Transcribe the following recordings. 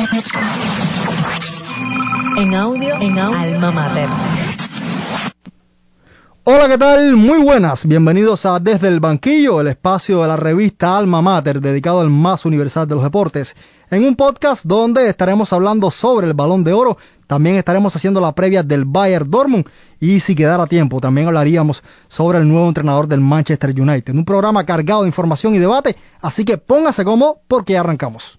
En audio, Alma Mater. Hola, ¿qué tal? Muy buenas, bienvenidos a Desde el Banquillo, el espacio de la revista Alma Mater dedicado al más universal de los deportes. En un podcast donde estaremos hablando sobre el Balón de Oro, también estaremos haciendo la previa del Bayern Dortmund y si quedara tiempo también hablaríamos sobre el nuevo entrenador del Manchester United. Un programa cargado de información y debate, así que póngase cómodo porque ya arrancamos.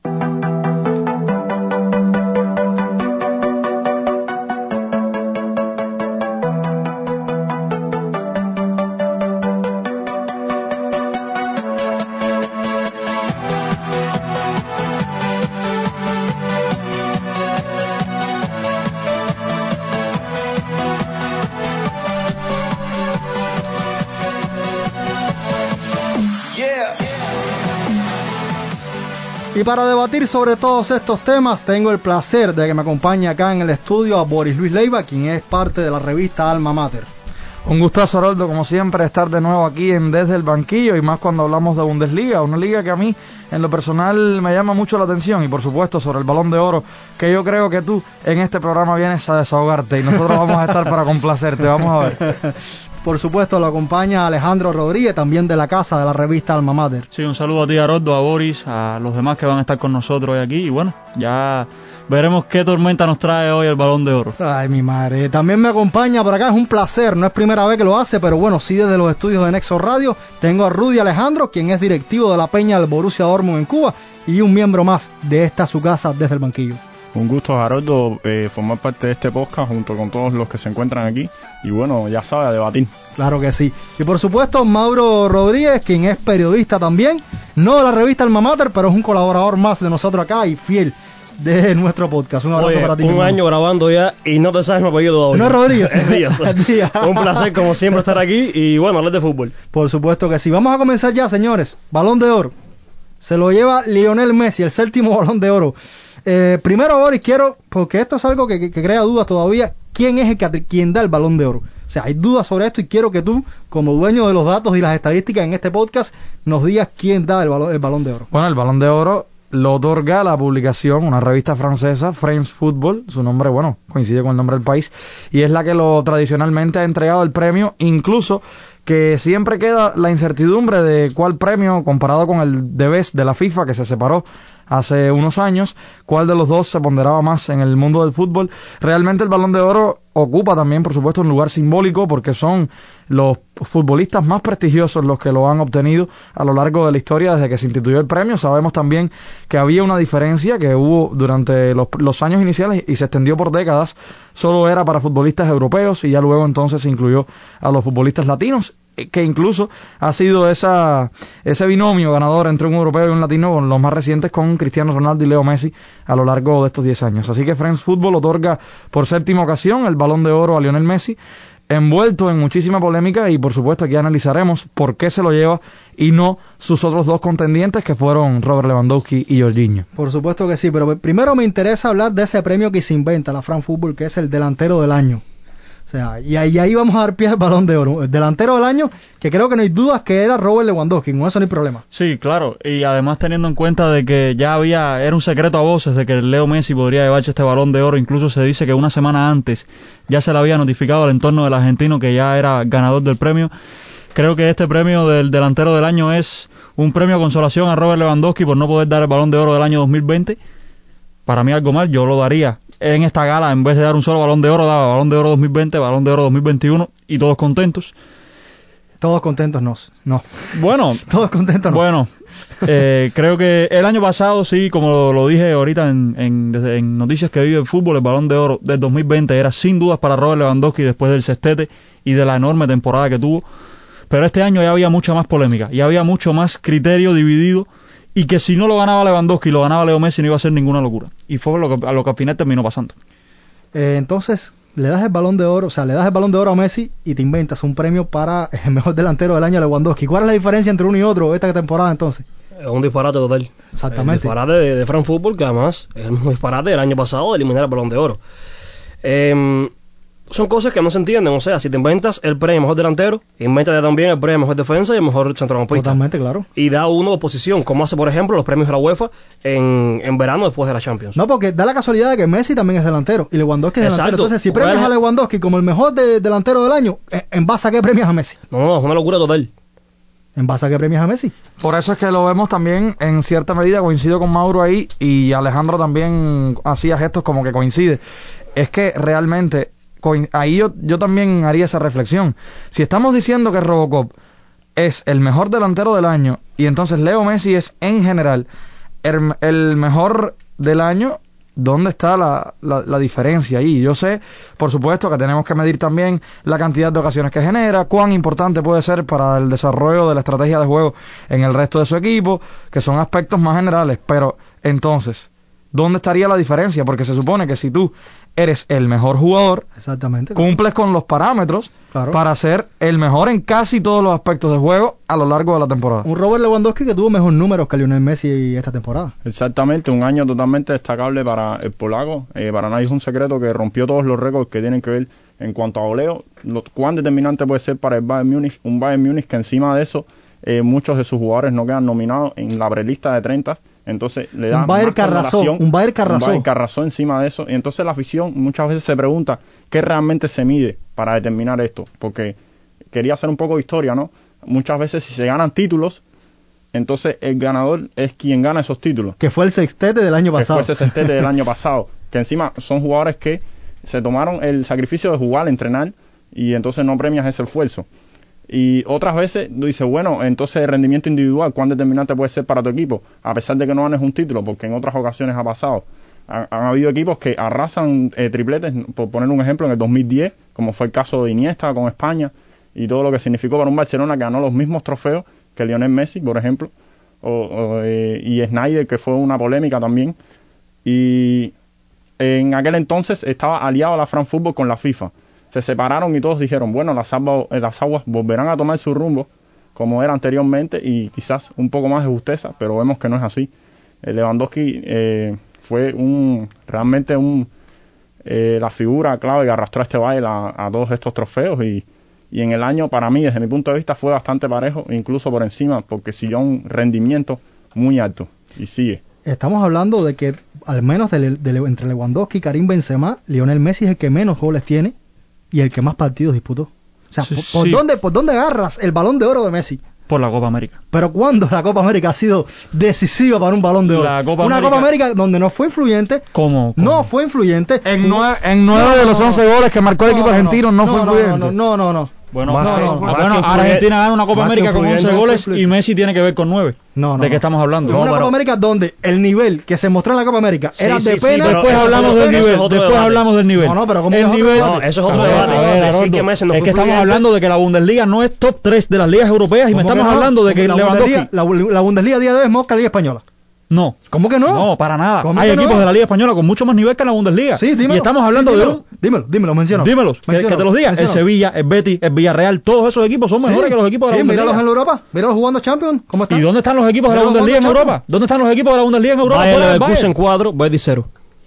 Y para debatir sobre todos estos temas, tengo el placer de que me acompañe acá en el estudio a Boris Luis Leiva, quien es parte de la revista Alma Mater. Un gustazo, Haroldo, como siempre, estar de nuevo aquí en Desde el Banquillo, y más cuando hablamos de Bundesliga, una liga que a mí, en lo personal, me llama mucho la atención, y por supuesto sobre el Balón de Oro, que yo creo que tú en este programa vienes a desahogarte, y nosotros vamos a estar para complacerte, vamos a ver. Por supuesto, lo acompaña Alejandro Rodríguez, también de la casa de la revista Alma Mater. Sí, un saludo a ti, Haroldo, a Boris, a los demás que van a estar con nosotros hoy aquí. Y bueno, ya veremos qué tormenta nos trae hoy el Balón de Oro. Ay, mi madre. También me acompaña por acá, es un placer, no es primera vez que lo hace, pero bueno, sí desde los estudios de Nexo Radio. Tengo a Rudy Alejandro, quien es directivo de la Peña del Borussia Dortmund en Cuba y un miembro más de esta su casa Desde el Banquillo. Un gusto, Haroldo, formar parte de este podcast junto con todos los que se encuentran aquí. Y bueno, ya sabe, a debatir. Claro que sí. Y por supuesto, Mauro Rodríguez, quien es periodista también, no de la revista Alma Mater, pero es un colaborador más de nosotros acá y fiel de nuestro podcast. Un abrazo para ti. Un año grabando ya y no te sabes mi apellido todavía. No es Rodríguez. Es Díaz. Un placer, como siempre, estar aquí y bueno, hablar de fútbol. Por supuesto que sí. Vamos a comenzar ya, señores. Balón de Oro. Se lo lleva Lionel Messi, el séptimo Balón de Oro. Primero, Boris, quiero, porque esto es algo que crea dudas todavía, ¿quién es quien da el Balón de Oro? O sea, hay dudas sobre esto y quiero que tú, como dueño de los datos y las estadísticas en este podcast, nos digas quién da el Balón de Oro. Bueno, el Balón de Oro lo otorga la publicación, una revista francesa, France Football, su nombre, bueno, coincide con el nombre del país, y es la que lo tradicionalmente ha entregado el premio, incluso que siempre queda la incertidumbre de cuál premio, comparado con el de Best de la FIFA, que se separó hace unos años, cuál de los dos se ponderaba más en el mundo del fútbol. Realmente el Balón de Oro ocupa también, por supuesto, un lugar simbólico porque son los futbolistas más prestigiosos los que lo han obtenido a lo largo de la historia desde que se instituyó el premio. Sabemos también que había una diferencia que hubo durante los años iniciales y se extendió por décadas. Solo era para futbolistas europeos y ya luego entonces se incluyó a los futbolistas latinos, que incluso ha sido ese binomio ganador entre un europeo y un latino, con los más recientes con Cristiano Ronaldo y Leo Messi a lo largo de estos 10 años. Así que France Football otorga por séptima ocasión el Balón de Oro a Lionel Messi, envuelto en muchísima polémica, y por supuesto aquí analizaremos por qué se lo lleva y no sus otros dos contendientes, que fueron Robert Lewandowski y Jorginho. Por supuesto que sí, pero primero me interesa hablar de ese premio que se inventa la France Football, que es el delantero del año. O sea, y ahí vamos a dar pie al Balón de Oro. El delantero del año, que creo que no hay dudas que era Robert Lewandowski, con eso no hay problema. Sí, claro, y además teniendo en cuenta de que ya era un secreto a voces de que Leo Messi podría llevarse este Balón de Oro. Incluso se dice que una semana antes ya se le había notificado al entorno del argentino que ya era ganador del premio. Creo que este premio del delantero del año es un premio a consolación a Robert Lewandowski por no poder dar el Balón de Oro del año 2020. Para mí algo mal, yo lo daría en esta gala, en vez de dar un solo Balón de Oro, daba Balón de Oro 2020, Balón de Oro 2021 y todos contentos. Todos contentos no. Bueno, todos contentos no. Bueno, creo que el año pasado, sí, como lo dije ahorita en Noticias que Vive el Fútbol, el Balón de Oro del 2020 era sin dudas para Robert Lewandowski después del sextete y de la enorme temporada que tuvo. Pero este año ya había mucha más polémica y había mucho más criterio dividido, y que si no lo ganaba Lewandowski y lo ganaba Leo Messi no iba a ser ninguna locura. Y fue a lo que al final terminó pasando. Entonces, le das el Balón de Oro, a Messi y te inventas un premio para el mejor delantero del año a Lewandowski. ¿Cuál es la diferencia entre uno y otro esta temporada entonces? Es un disparate total. Exactamente. El disparate de France Football, que además es el mismo disparate del año pasado de eliminar el Balón de Oro. son cosas que no se entienden. O sea, si te inventas el premio mejor delantero, invéntate también el premio mejor defensa y el mejor centrocampista. Totalmente, claro. Y da uno de posición, como hace, por ejemplo, los premios de la UEFA en verano después de la Champions. No, porque da la casualidad de que Messi también es delantero y Lewandowski es delantero. Exacto. Entonces, si premias a Lewandowski como el mejor delantero del año, ¿en base a qué premias a Messi? No, es una locura total. ¿En base a qué premias a Messi? Por eso es que lo vemos también en cierta medida, coincido con Mauro ahí, y Alejandro también hacía gestos como que coincide. Es que realmente, ahí yo también haría esa reflexión. Si estamos diciendo que Robocop es el mejor delantero del año, y entonces Leo Messi es en general el mejor del año, ¿dónde está la diferencia ahí? Yo sé, por supuesto, que tenemos que medir también la cantidad de ocasiones que genera, cuán importante puede ser para el desarrollo de la estrategia de juego en el resto de su equipo, que son aspectos más generales, pero entonces, ¿dónde estaría la diferencia? Porque se supone que si tú eres el mejor jugador, exactamente, cumples con los parámetros para ser el mejor en casi todos los aspectos de juego a lo largo de la temporada. Un Robert Lewandowski que tuvo mejor números que Lionel Messi esta temporada. Exactamente, un año totalmente destacable para el polaco. Para nadie es un secreto que rompió todos los récords que tienen que ver en cuanto a goleo. Cuán determinante puede ser para el Bayern Múnich, un Bayern Múnich que encima de eso muchos de sus jugadores no quedan nominados en la prelista de 30. Entonces le da un Bayern Carrasó encima de eso, y entonces la afición muchas veces se pregunta qué realmente se mide para determinar esto, porque quería hacer un poco de historia, ¿no? Muchas veces si se ganan títulos, entonces el ganador es quien gana esos títulos, que fue el sextete del año pasado, que encima son jugadores que se tomaron el sacrificio de jugar, entrenar, y entonces no premias ese esfuerzo. Y otras veces dice, bueno, entonces el rendimiento individual, ¿cuán determinante puede ser para tu equipo? A pesar de que no ganes un título, porque en otras ocasiones ha pasado. Han habido equipos que arrasan tripletes, por poner un ejemplo, en el 2010, como fue el caso de Iniesta con España, y todo lo que significó para un Barcelona que ganó los mismos trofeos que Lionel Messi, por ejemplo, y Snyder, que fue una polémica también. Y en aquel entonces estaba aliado a la France Football con la FIFA. Se separaron y todos dijeron, bueno, las aguas volverán a tomar su rumbo como era anteriormente y quizás un poco más de justeza, pero vemos que no es así. Lewandowski fue realmente la figura clave que arrastró a este Bayern a todos estos trofeos y en el año, para mí, desde mi punto de vista, fue bastante parejo, incluso por encima, porque siguió un rendimiento muy alto y sigue. Estamos hablando de que al menos entre Lewandowski y Karim Benzema, Lionel Messi es el que menos goles tiene y el que más partidos disputó. O sea, ¿por dónde agarras el Balón de Oro de Messi? Por la Copa América. Pero ¿cuándo la Copa América ha sido decisiva para un Balón de Oro? Copa América donde no fue influyente. ¿Cómo? No fue influyente. En 9 de los 11 goles que marcó el equipo argentino no fue influyente. No. Bueno, Argentina gana una Copa América con 11 goles y Messi tiene que ver con 9. ¿De qué estamos hablando? Una Copa América donde el nivel que se mostró en la Copa América era de pena. Después hablamos del nivel. No, pero ¿cómo el nivel? No, eso es otro debate. Es que estamos hablando de que la Bundesliga no es top 3 de las ligas europeas y me estamos hablando de que la Bundesliga a día de hoy es más que la Liga Española. No. ¿Cómo que no? No, para nada. Hay equipos de la Liga Española con mucho más nivel que en la Bundesliga. Sí, dímelo. Y estamos hablando de Dímelo, menciono. Dímelos, que te los diga. El Sevilla, el Betis, el Villarreal, todos esos equipos son mejores que los equipos de la Bundesliga. Míralos en Europa, míralos jugando Champions, ¿cómo están? ¿Y dónde están los equipos de la Bundesliga en Europa? ¿Dónde están los equipos de la Bundesliga en Europa? Bayern Leverkusen 4, Betis 0.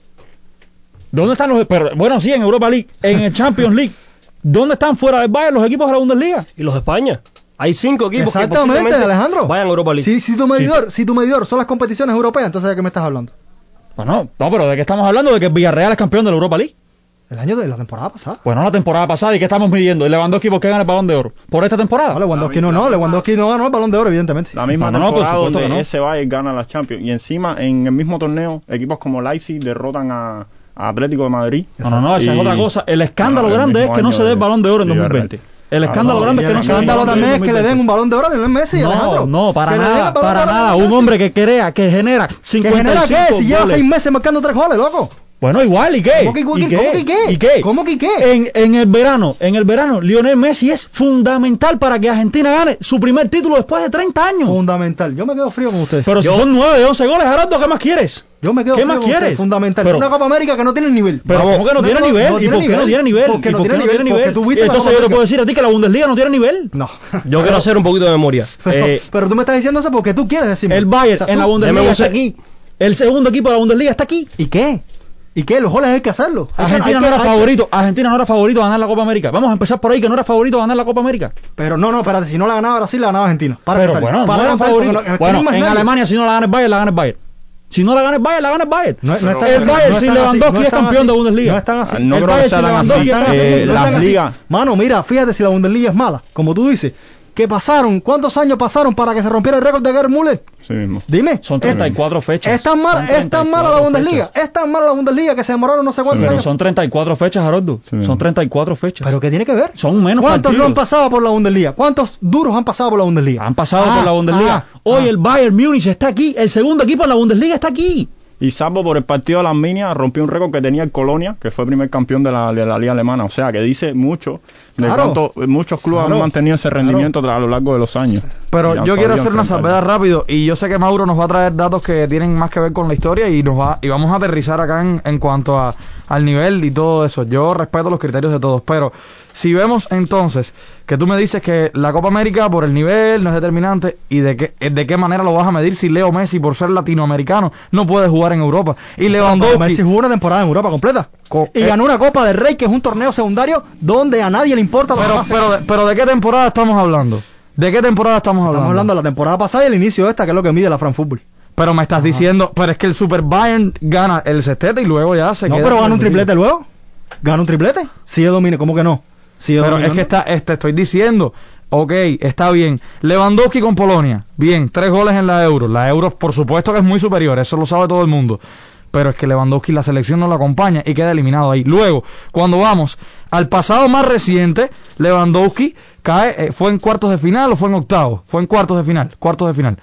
¿Dónde están bueno, sí, en Europa League, en el Champions League. ¿Dónde están fuera del Bayern los equipos de la Bundesliga? ¿Y los de España? Hay 5 equipos que posiblemente Alejandro vayan a Europa League. Si tu medidor son las competiciones europeas, entonces ¿de qué me estás hablando? Bueno, no, pero ¿de qué estamos hablando? De que el Villarreal es campeón de la Europa League. El año de la temporada pasada. Bueno, la temporada pasada, ¿y qué estamos midiendo? ¿El Lewandowski por qué gana el Balón de Oro? ¿Por esta temporada? No, Lewandowski no ganó el Balón de Oro, evidentemente. La misma temporada donde ese Bayern gana la Champions. Y encima, en el mismo torneo, equipos como Leipzig derrotan a Atlético de Madrid. No, esa es otra cosa. El escándalo grande es que no se dé el Balón de Oro en 2020. El escándalo grande es que no se den también es que le den un Balón de Oro a Lionel Messi, Alejandro. No, para nada. Un hombre que crea, que genera 55 goles. ¿Qué? Si lleva 6 meses marcando 3 goles, loco. Bueno, igual, ¿y qué? ¿Cómo que qué? En el verano, Lionel Messi es fundamental para que Argentina gane su primer título después de 30 años. Fundamental. Yo me quedo frío con usted. Pero si son 9 de 11 goles, Gerardo, ¿qué más quieres? Yo me quedo ¿Qué más quieres? Fundamental. Pero una Copa América que no tiene nivel. Pero ¿cómo que no tiene nivel? ¿Y por qué no tiene nivel? Porque no tiene nivel. Entonces yo te puedo decir a ti que la Bundesliga no tiene nivel. No. Yo quiero hacer un poquito de memoria. Pero tú me estás diciendo eso porque tú quieres decirme. El Bayern en la Bundesliga está aquí. El segundo equipo de la Bundesliga está aquí. ¿Y qué? ¿Y qué? Los goles hay que hacerlo. Argentina no era favorito a ganar la Copa América. Vamos a empezar por ahí, que no era favorito a ganar la Copa América. Pero no, espérate, si no la ganaba Brasil, la ganaba Argentina. Pero bueno, no eran favoritos. Bueno, en Alemania si no la gana el Bayern, la gana el Bayern. Si no la gana el Bayern, la gana el Bayern. El Bayern sin Lewandowski es campeón de Bundesliga. No están así. No creo que sea tan así. Las ligas. Mano, mira, fíjate si la Bundesliga es mala, como tú dices. ¿Cuántos años pasaron para que se rompiera el récord de Gerd Müller? Sí mismo. Dime. Son 34 fechas. Es tan mala la Bundesliga. Es tan mala la Bundesliga que se demoraron no sé cuántos años. Pero son 34 fechas, Haroldo. Son 34 fechas. ¿Pero qué tiene que ver? Son menos ¿Cuántos partidos. no han pasado por la Bundesliga? ¿Cuántos duros han pasado por la Bundesliga? Han pasado por la Bundesliga. Hoy el Bayern Múnich está aquí. El segundo equipo en la Bundesliga está aquí. Y salvo por el partido de las Minas, rompió un récord que tenía el Colonia, que fue el primer campeón de la liga alemana. O sea, que dice mucho de cuánto muchos clubes han mantenido ese rendimiento a lo largo de los años. Pero yo quiero hacer una salvedad rápido, y yo sé que Mauro nos va a traer datos que tienen más que ver con la historia y vamos a aterrizar acá en cuanto al nivel y todo eso. Yo respeto los criterios de todos, pero si vemos entonces que tú me dices que la Copa América por el nivel no es determinante, y de qué manera lo vas a medir si Leo Messi, por ser latinoamericano, no puede jugar en Europa, y Lewandowski... Messi jugó una temporada en Europa completa y ganó una Copa del Rey, que es un torneo secundario donde a nadie le importa. Pero ¿de qué temporada estamos hablando? ¿De qué temporada estamos hablando? Estamos hablando de la temporada pasada y el inicio de esta, que es lo que mide la France Football. Pero me estás diciendo, pero es que el Super Bayern gana el sextete y luego ya se queda... No, pero gana un triplete luego. ¿Gana un triplete? Sigue dominio, ¿cómo que no? Pero es que te estoy diciendo, ok, está bien. Lewandowski con Polonia, bien, 3 goles en la Euro. La Euro, por supuesto que es muy superior, eso lo sabe todo el mundo. Pero es que Lewandowski, la selección no lo acompaña y queda eliminado ahí. Luego, cuando vamos al pasado más reciente, Lewandowski cae, ¿fue en cuartos de final o fue en octavos? Fue en cuartos de final.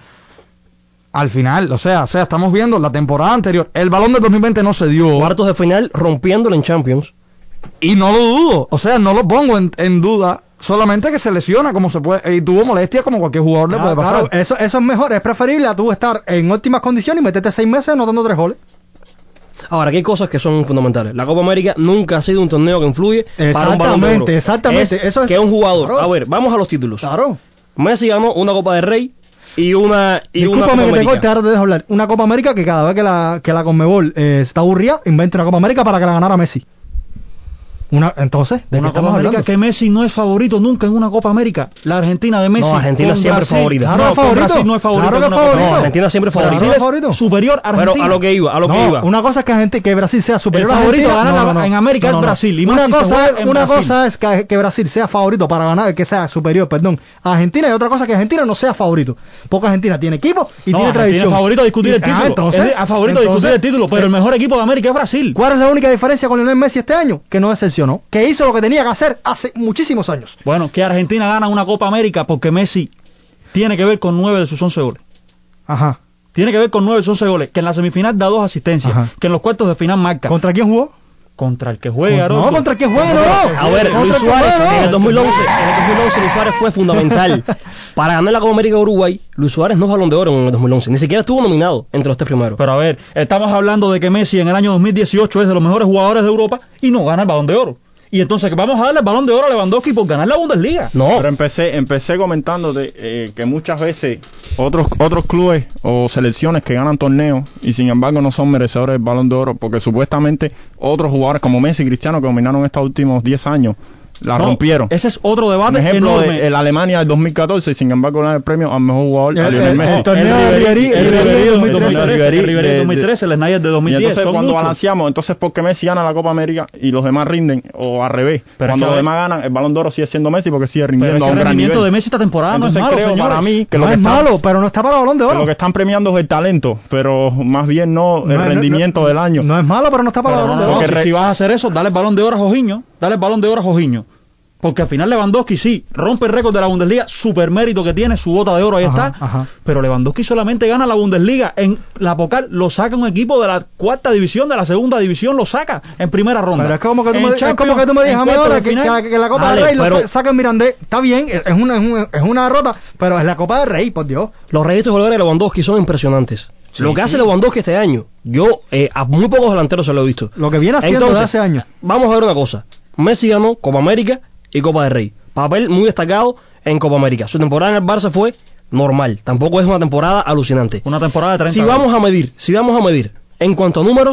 Al final, o sea, estamos viendo la temporada anterior. El Balón del 2020 no se dio. Cuartos de final rompiéndolo en Champions. Y no lo dudo, o sea, no lo pongo en duda. Solamente que se lesiona como se puede, y tuvo molestias como cualquier jugador le puede pasar. Claro, eso es mejor, es preferible a tú estar en óptimas condiciones y meterte 6 meses anotando 3 goles. Ahora, aquí hay cosas que son fundamentales. La Copa América nunca ha sido un torneo que influye para un Balón de Oro. Exactamente. Eso es que un jugador. Claro. A ver, vamos a los títulos. Claro. Messi ganó una Copa del Rey y una Copa que América. te corte, ahora te dejo hablar. Una Copa América que cada vez que la Conmebol está aburrida, inventa una Copa América para que la ganara Messi. Entonces, ¿de una qué Copa estamos América hablando? que Messi no es favorito nunca en una Copa América. La Argentina de Messi. No, Argentina siempre es favorita. Claro, No, es favorito. Brasil no es favorito. Claro que es favorito. No, Argentina siempre es favorita. Brasil es favorito. Superior a Argentina. Pero a lo que iba. Una cosa es que Brasil sea superior El a favorito Argentina. a ganar en América es Brasil. Y más si se juega en una Brasil. cosa es que Brasil sea favorito para ganar, que sea superior, a Argentina, y otra cosa que Argentina no sea favorito. Porque Argentina tiene equipo y tiene tradición. Es favorito a discutir el título. Entonces, es favorito a discutir el título, pero el mejor equipo de América es Brasil. ¿Cuál es la única diferencia con Lionel Messi este año? Que no decepcionó. Que hizo lo que tenía que hacer hace muchísimos años. Bueno, que Argentina gana una Copa América porque Messi tiene que ver con 9 de sus 11 goles. Ajá. Tiene que ver con 9 de sus 11 goles. Que en la semifinal da 2 asistencias. Ajá. Que en los cuartos de final marca. ¿Contra quién jugó? Contra el que juegue, No, Haroldo. contra el que juegue, no. A ver, Luis Suárez en el 2011, Luis Suárez fue fundamental para ganar la Copa América de Uruguay. Luis Suárez no es Balón de Oro en el 2011, ni siquiera estuvo nominado entre los 3 primeros. Pero a ver, estamos hablando de que Messi en el año 2018 es de los mejores jugadores de Europa y no gana el Balón de Oro. Y entonces, ¿vamos a darle el Balón de Oro a Lewandowski por ganar la Bundesliga? No. Pero empecé comentándote que muchas veces otros clubes o selecciones que ganan torneos y sin embargo no son merecedores del Balón de Oro porque supuestamente otros jugadores como Messi y Cristiano que dominaron estos últimos 10 años rompieron. Ese es otro debate Un ejemplo enorme. de la Alemania del 2014 y sin embargo ganar el premio al mejor jugador a Lionel Messi. El torneo de Ribéry, El Ribéry de de 2013, el Snyder de Y 2010. entonces son cuando muchos. balanceamos, entonces porque Messi gana la Copa América y los demás rinden, o al revés, Pero cuando es los que- demás ganan, el Balón de Oro sigue siendo Messi porque sigue Pero rindiendo es a que un el gran rendimiento nivel. de Messi esta temporada Entonces no es malo, creo señores. para mí que No lo que es están, malo, pero no está para Balón de que Oro. lo que están premiando es el talento, pero más bien no el No, rendimiento del año. No es malo, pero no está para Pero Balón no, de no, Oro. Porque si vas a hacer eso, dale el Balón de Oro a Jorginho. Dale el Balón de Oro a Jorginho. Porque al final Lewandowski sí, rompe el récord de la Bundesliga, super mérito que tiene, su bota de oro ahí Ajá, está. ajá. Pero Lewandowski solamente gana la Bundesliga. En la Pokal lo saca un equipo de la 4ª división, de la 2ª división, lo saca en primera ronda. Pero es como que tú En me digas Champions, a mí en ahora cuartos de que final. la Copa Dale, del Rey pero- lo saca en Mirandés. Está bien, es una derrota, pero es la Copa del Rey, por Dios. Los registros de goles de Lewandowski son impresionantes. Lo que hace Lewandowski este año, yo a muy pocos delanteros se lo he visto. Lo que viene haciendo Entonces, de hace años. Vamos a ver una cosa. Messi ganó Copa América y Copa del Rey. Papel muy destacado en Copa América. Su temporada en el Barça fue normal. Tampoco es una temporada alucinante. Una temporada de 30 Si vamos a medir en cuanto a números,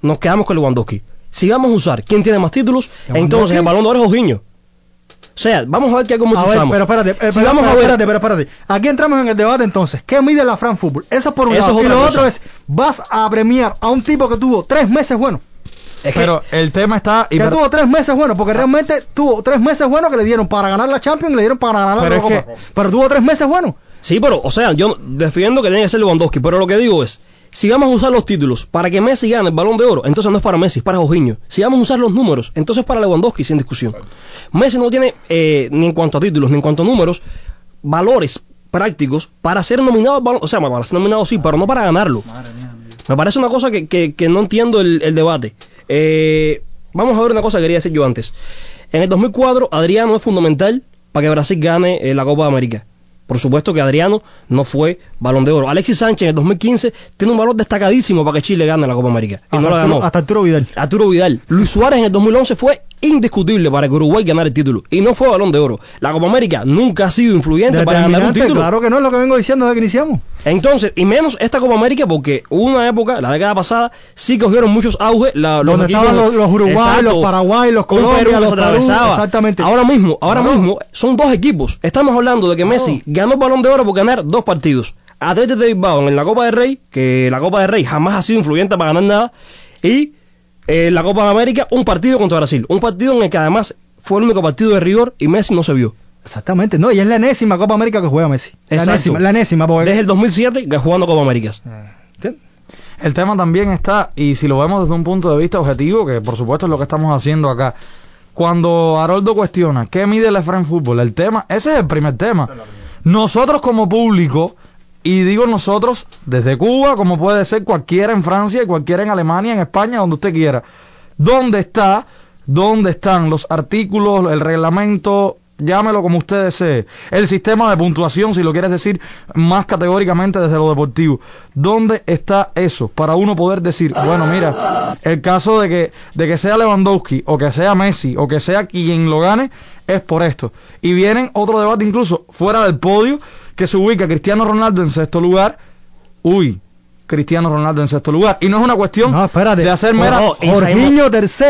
nos quedamos con Lewandowski. Si vamos a usar quién tiene más títulos, entonces el Balón de Oro es Jorginho. O sea, vamos a ver qué argumentamos. Pero espérate. Aquí entramos en el debate entonces. ¿Qué mide la France Football? Eso es por un lado. Y lo otro es, vas a premiar a un tipo que tuvo 3 meses buenos. Pero el tema está... Que tuvo 3 meses buenos, porque realmente tuvo 3 meses buenos que le dieron para ganar la Champions y le dieron para ganar la Copa. Pero tuvo 3 meses buenos. Sí, pero, o sea, yo defiendo que tiene que ser Lewandowski, pero lo que digo es, si vamos a usar los títulos para que Messi gane el Balón de Oro, entonces no es para Messi, es para Jorginho. Si vamos a usar los números, entonces es para Lewandowski, sin discusión. Messi no tiene, ni en cuanto a títulos, ni en cuanto a números, valores prácticos para ser nominado al Balón, o sea, para ser nominado sí, pero no para ganarlo. Me parece una cosa que no entiendo el debate. Vamos a ver una cosa que quería decir yo antes. En el 2004, Adriano es fundamental para que Brasil gane la Copa de América. Por supuesto que Adriano no fue Balón de Oro. Alexis Sánchez en el 2015 tiene un valor destacadísimo para que Chile gane la Copa América. Y no la ganó. Hasta Arturo Vidal. Luis Suárez en el 2011 fue indiscutible para que Uruguay ganara el título. Y no fue Balón de Oro. La Copa América nunca ha sido influyente para ganar un título. Claro que no es lo que vengo diciendo desde que iniciamos. Entonces, y menos esta Copa América, porque hubo una época, la década pasada, sí cogieron muchos auge. Donde estaban los Uruguay, los Paraguay, los Colombia, los Perú. Exactamente. Ahora mismo son 2 equipos. Estamos hablando de que Messi ganó el Balón de Oro por ganar 2 partidos. Atlético de Bilbao en la Copa del Rey, que la Copa del Rey jamás ha sido influyente para ganar nada, y la Copa de América, un partido contra Brasil. Un partido en el que además fue el único partido de rigor y Messi no se vio. Exactamente, no, y es la enésima Copa América que juega Messi. La enésima. Porque... Desde el 2007 que jugando Copa Américas. El tema también está, y si lo vemos desde un punto de vista objetivo, que por supuesto es lo que estamos haciendo acá, cuando Haroldo cuestiona ¿qué mide el France Football? El tema, ese es el primer tema. Nosotros como público, y digo nosotros, desde Cuba, como puede ser cualquiera en Francia, y cualquiera en Alemania, en España, donde usted quiera, ¿dónde están los artículos, el reglamento, llámelo como usted desee, el sistema de puntuación, si lo quieres decir más categóricamente desde lo deportivo? ¿Dónde está eso para uno poder decir, bueno, mira, el caso de que sea Lewandowski, o que sea Messi, o que sea quien lo gane, es por esto? Y viene otro debate incluso fuera del podio, que se ubica Cristiano Ronaldo en 6º lugar. Cristiano Ronaldo en 6º lugar. Y no es una cuestión de hacer mera... Jorginho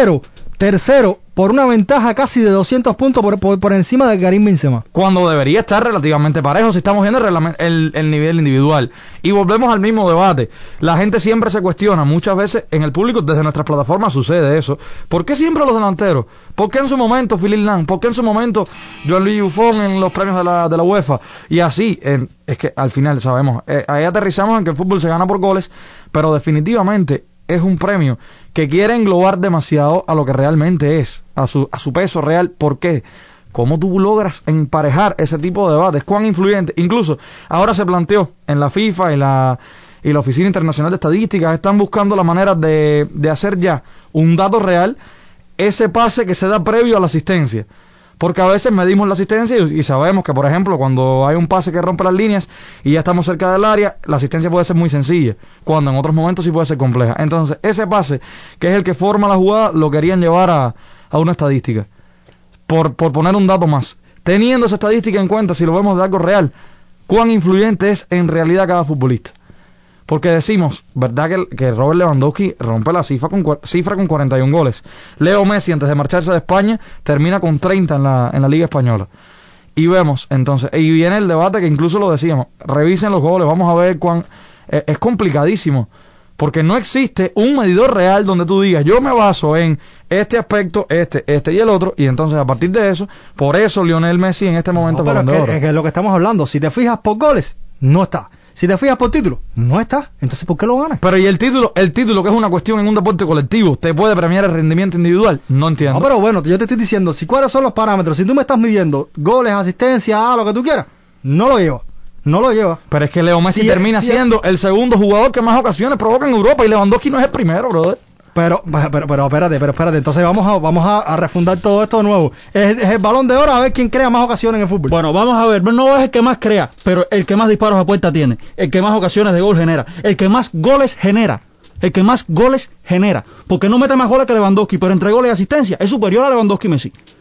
tercero, por una ventaja casi de 200 puntos por encima de Karim Benzema. Cuando debería estar relativamente parejo si estamos viendo el nivel individual. Y volvemos al mismo debate. La gente siempre se cuestiona, muchas veces en el público, desde nuestras plataformas sucede eso. ¿Por qué siempre los delanteros? ¿Por qué en su momento Philippe Lam? ¿Por qué en su momento Joan-Louis Buffon en los premios de la UEFA? Y así, es que al final sabemos, ahí aterrizamos en que el fútbol se gana por goles, pero definitivamente es un premio que quiere englobar demasiado a lo que realmente es, a su peso real. ¿Por qué? ¿Cómo tú logras emparejar ese tipo de debates? ¿Cuán influyente? Incluso ahora se planteó en la FIFA y la Oficina Internacional de Estadísticas, están buscando la manera de hacer ya un dato real, ese pase que se da previo a la asistencia. Porque a veces medimos la asistencia y sabemos que, por ejemplo, cuando hay un pase que rompe las líneas y ya estamos cerca del área, la asistencia puede ser muy sencilla, cuando en otros momentos sí puede ser compleja. Entonces, ese pase, que es el que forma la jugada, lo querían llevar a una estadística. Por poner un dato más. Teniendo esa estadística en cuenta, si lo vemos de algo real, cuán influyente es en realidad cada futbolista. Porque decimos, ¿verdad que Robert Lewandowski rompe la cifra con 41 goles? Leo Messi, antes de marcharse de España, termina con 30 en la Liga Española. Y vemos, entonces, y viene el debate que incluso lo decíamos, revisen los goles, vamos a ver es complicadísimo. Porque no existe un medidor real donde tú digas, yo me baso en este aspecto, este y el otro, y entonces a partir de eso, por eso Lionel Messi en este momento... No, pero es que es lo que estamos hablando, si te fijas por goles, no está. Si te fijas por título, no está. Entonces, ¿por qué lo ganas? Pero y el título que es una cuestión en un deporte colectivo, ¿te puede premiar el rendimiento individual? No entiendo. No, pero bueno, yo te estoy diciendo, cuáles son los parámetros. Si tú me estás midiendo goles, asistencia, lo que tú quieras, no lo llevas. Pero es que Leo Messi termina siendo el segundo jugador que más ocasiones provoca en Europa y Lewandowski no es el primero, brother. Pero espérate, entonces vamos a refundar todo esto de nuevo. Es el Balón de Oro, a ver quién crea más ocasiones en el fútbol. Bueno, vamos a ver, no es el que más crea, pero el que más disparos a puerta tiene, el que más ocasiones de gol genera, el que más goles genera, porque no mete más goles que Lewandowski, pero entre goles y asistencia es superior a Lewandowski y Messi.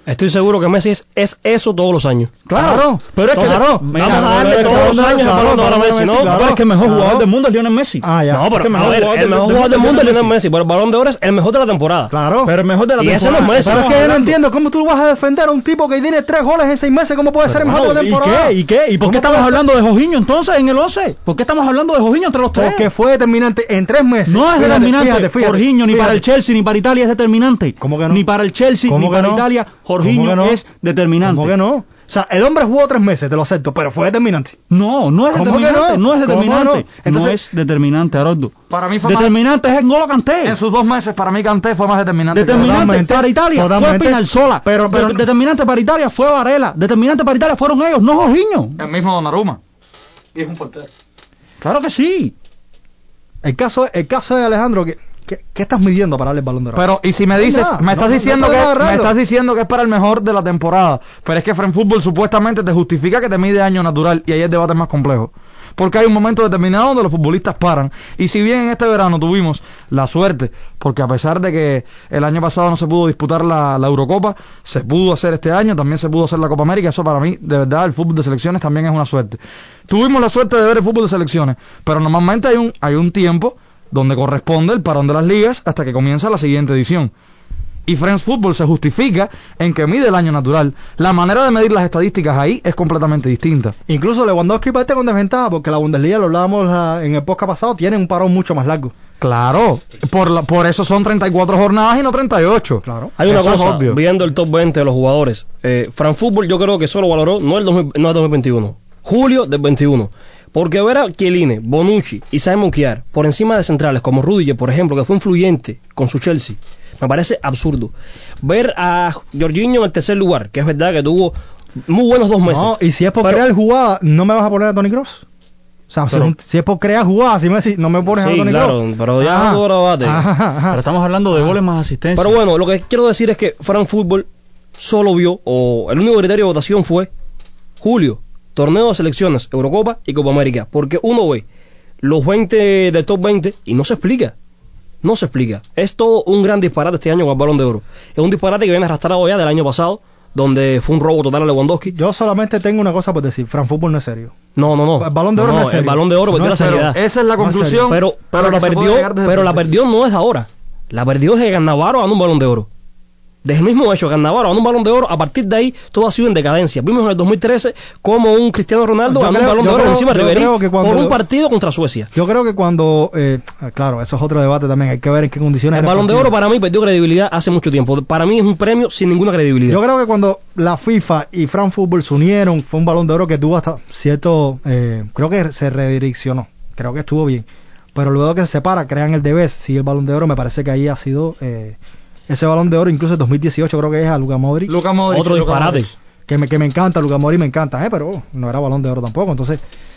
Estoy seguro que Messi es eso todos los años. Claro, pero es que claro. Vamos a darle todos los años el Balón de Oro a Messi, ¿no? Pero es que el mejor jugador del mundo es Lionel Messi. Ah, ya. No, pero Es que a ver, el mejor jugador del mundo es Lionel Messi, pero el Balón de Oro es el mejor de la temporada. Claro. Pero el mejor de la Y ese temporada. no es Messi. Pero es que yo no entiendo cómo tú vas a defender a un tipo que tiene 3 goles en 6 meses. ¿Cómo puede ser el mejor de la temporada? ¿Y qué? ¿Y por qué estamos hablando de Jorginho entonces en el 11? ¿Por qué estamos hablando de Jorginho entre los tres? Porque fue determinante en 3 meses. No es Fíjate, determinante. fíjate, Jorginho ni fíjate. para el Chelsea ni para Italia es determinante. ¿Cómo que no? Ni para el Chelsea ¿Cómo ni que para no? Italia ¿Cómo Jorginho que no? es determinante. ¿Cómo que no? O sea, el hombre jugó 3 meses, te lo acepto, pero fue determinante. No es ¿Cómo que determinante. no? No es ¿Cómo determinante. no? Entonces- No es determinante, Haroldo. Para mí fue Determinante es N'Golo Kanté. en sus 2 meses, para mí Kanté fue más determinante. Determinante Totalmente, para Italia totalmente. fue Spinazzola. Pero- determinante para Italia fue Varela. Determinante para Italia fueron ellos, no Jorginho. El mismo Donnarumma. Y es un portero. Claro que sí. El caso de Alejandro, ¿qué estás midiendo para darle el Balón de Oro? Pero, y si me No, dices, nada, me estás no diciendo puedo que agarrarlo. me estás diciendo que es para el mejor de la temporada, pero es que Fren Fútbol supuestamente te justifica que te mide año natural y ahí el debate es más complejo. Porque hay un momento determinado donde los futbolistas paran. Y si bien en este verano tuvimos la suerte, porque a pesar de que el año pasado no se pudo disputar la Eurocopa, se pudo hacer este año, también se pudo hacer la Copa América. Eso para mí, de verdad, el fútbol de selecciones también es una suerte. Tuvimos la suerte de ver el fútbol de selecciones, pero normalmente hay un tiempo donde corresponde el parón de las ligas hasta que comienza la siguiente edición. Y Friends Football se justifica en que mide el año natural. La manera de medir las estadísticas ahí es completamente distinta. Incluso Lewandowski parte con desventaja porque la Bundesliga, lo hablábamos en el podcast pasado, tiene un parón mucho más largo. Claro, por eso son 34 jornadas y no 38. Claro. Hay una Eso es cosa, obvio. viendo el top 20 de los jugadores, Fran Fútbol yo creo que solo valoró no el 2021, julio del 21. Porque ver a Chiellini, Bonucci y Simon Kjaer por encima de centrales como Rudiger, por ejemplo, que fue influyente con su Chelsea, me parece absurdo. Ver a Jorginho en el tercer lugar, que es verdad que tuvo muy buenos 2 meses. No, y si es por Pero- crear jugada, ¿no me vas a poner a Toni Kroos? O sea, Pero- si es por crear jugada, si me decís, no me pones a Sí, Toni claro, Kroos. pero ya Ajá, no hubo debate. ajá. Pero estamos hablando de goles más asistencia. Pero bueno, lo que quiero decir es que Fran Fútbol solo vio, o el único criterio de votación fue julio, torneo de selecciones, Eurocopa y Copa América. Porque uno ve los 20 del top 20 y no se explica. No se explica. Es todo un gran disparate este año con el Balón de Oro. Es un disparate que viene arrastrado ya del año pasado, donde fue un robo total a Lewandowski. Yo solamente tengo una cosa por decir, Fran Fútbol no es serio. No. El Balón de Oro no es el serio. Balón de Oro perdió No la es serio. seriedad. Esa es la No es conclusión. Pero la que se puede perdió, llegar desde el pero la principio. perdió no es ahora. La perdió desde que Cannavaro ganó un Balón de Oro. Desde el mismo hecho, Cannavaro ganó un Balón de Oro, a partir de ahí todo ha sido en decadencia. Vimos en el 2013 como un Cristiano Ronaldo Yo ganó creo- un Balón de yo Oro creo- encima de yo Ribery creo que cuando- por un partido contra Suecia. Yo creo que cuando, claro, eso es otro debate también, hay que ver en qué condiciones. El era Balón de partido. Oro para mí perdió credibilidad hace mucho tiempo. Para mí es un premio sin ninguna credibilidad. Yo creo que cuando la FIFA y Fran Fútbol se unieron, fue un Balón de Oro que tuvo hasta cierto, creo que se redireccionó, creo que estuvo bien. Pero luego que se separa, crean el Debes, sigue el Balón de Oro, me parece que ahí ha sido ese Balón de Oro, incluso en 2018 creo que es a Luka Modric. Luka Modric, Otro Luka disparate. Modric. Que me encanta, Luka Modric me encanta, pero no era Balón de Oro tampoco, entonces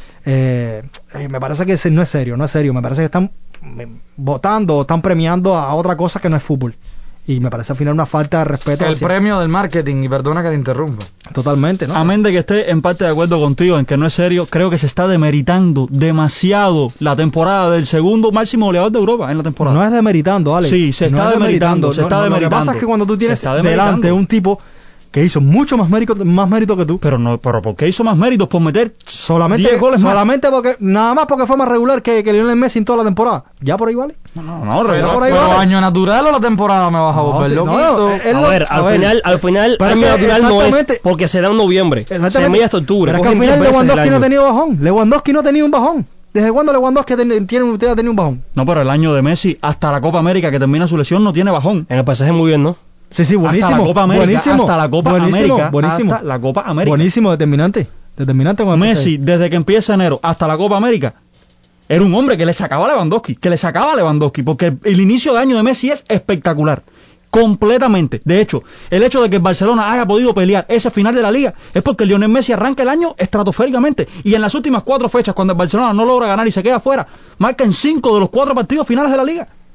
me parece que no es serio, me parece que están votando o están premiando a otra cosa que no es fútbol, y me parece al final una falta de respeto El hacia- premio del marketing, y perdona que te interrumpa. totalmente, ¿no? Amén de que esté en parte de acuerdo contigo en que no es serio, creo que se está demeritando demasiado la temporada del segundo máximo goleador de Europa en la temporada. No es demeritando, Alex. Sí, se No está es demeritando, se está Lo que demeritando. pasa es que cuando tú tienes Se está demeritando. delante un tipo que hizo mucho más mérito que tú, Pero ¿por qué hizo más méritos por meter solamente 10 goles más? solamente porque nada más porque fue más regular que Lionel Messi en toda la temporada. Ya por ahí vale. No, Pero, por ahí pero vale. año natural o la temporada me vas a No, volver sí, loquito. no, A ver, al final Pero año es que natural no es exactamente- porque se da en noviembre. Se Exactamente. mide hasta octubre. Pero es que al cogen 10 final veces el Lewandowski no ha año. tenido bajón. Lewandowski no ha tenido un bajón. ¿Desde cuándo Lewandowski usted ha tenido un bajón? No, pero el año de Messi hasta la Copa América que termina su lesión no tiene bajón. En el PSG muy bien, ¿no? Sí, buenísimo. Hasta la Copa América, buenísimo, hasta la Copa buenísimo, América, buenísimo. hasta la Copa América. Buenísimo, determinante con el Messi, desde que empieza enero hasta la Copa América, era un hombre que le sacaba a Lewandowski, porque el inicio de año de Messi es espectacular, completamente. De hecho, el hecho de que el Barcelona haya podido pelear ese final de la Liga es porque Lionel Messi arranca el año estratosféricamente, y en las últimas 4 fechas, cuando el Barcelona no logra ganar y se queda fuera, marca en 5 de los 4 partidos finales de la Liga.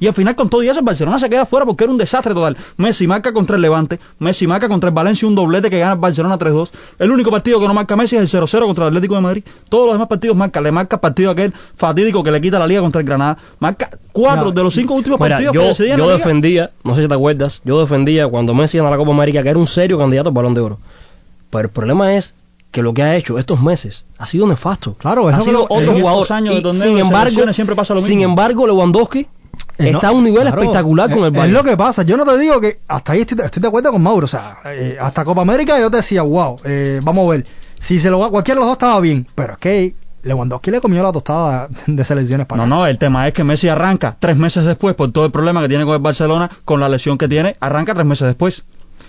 Y al final, con todo y eso, el Barcelona se queda fuera porque era un desastre total. Messi marca contra el Levante, Messi marca contra el Valencia un doblete que gana el Barcelona 3-2. El único partido que no marca Messi es el 0-0 contra el Atlético de Madrid. Todos los demás partidos marca. Le marca el partido aquel fatídico que le quita la Liga contra el Granada. Marca 4 de los 5 últimos partidos que decidían la yo Liga. defendía, no sé si te acuerdas, yo defendía cuando Messi gana la Copa América que era un serio candidato al Balón de Oro. Pero el problema es que lo que ha hecho estos meses ha sido nefasto. Claro, ha sido otro jugador. Años de Y torneo, siempre pasa lo mismo. sin embargo, Lewandowski está a un nivel espectacular con el Bayern. Es lo que pasa. Yo no te digo que hasta ahí estoy de acuerdo con Mauro. O sea, hasta Copa América yo te decía, wow, vamos a ver. Si cualquiera de los dos estaba bien, pero es que Lewandowski le comió la tostada de selecciones para No, el tema es que Messi arranca 3 meses después por todo el problema que tiene con el Barcelona, con la lesión que tiene, arranca 3 meses después.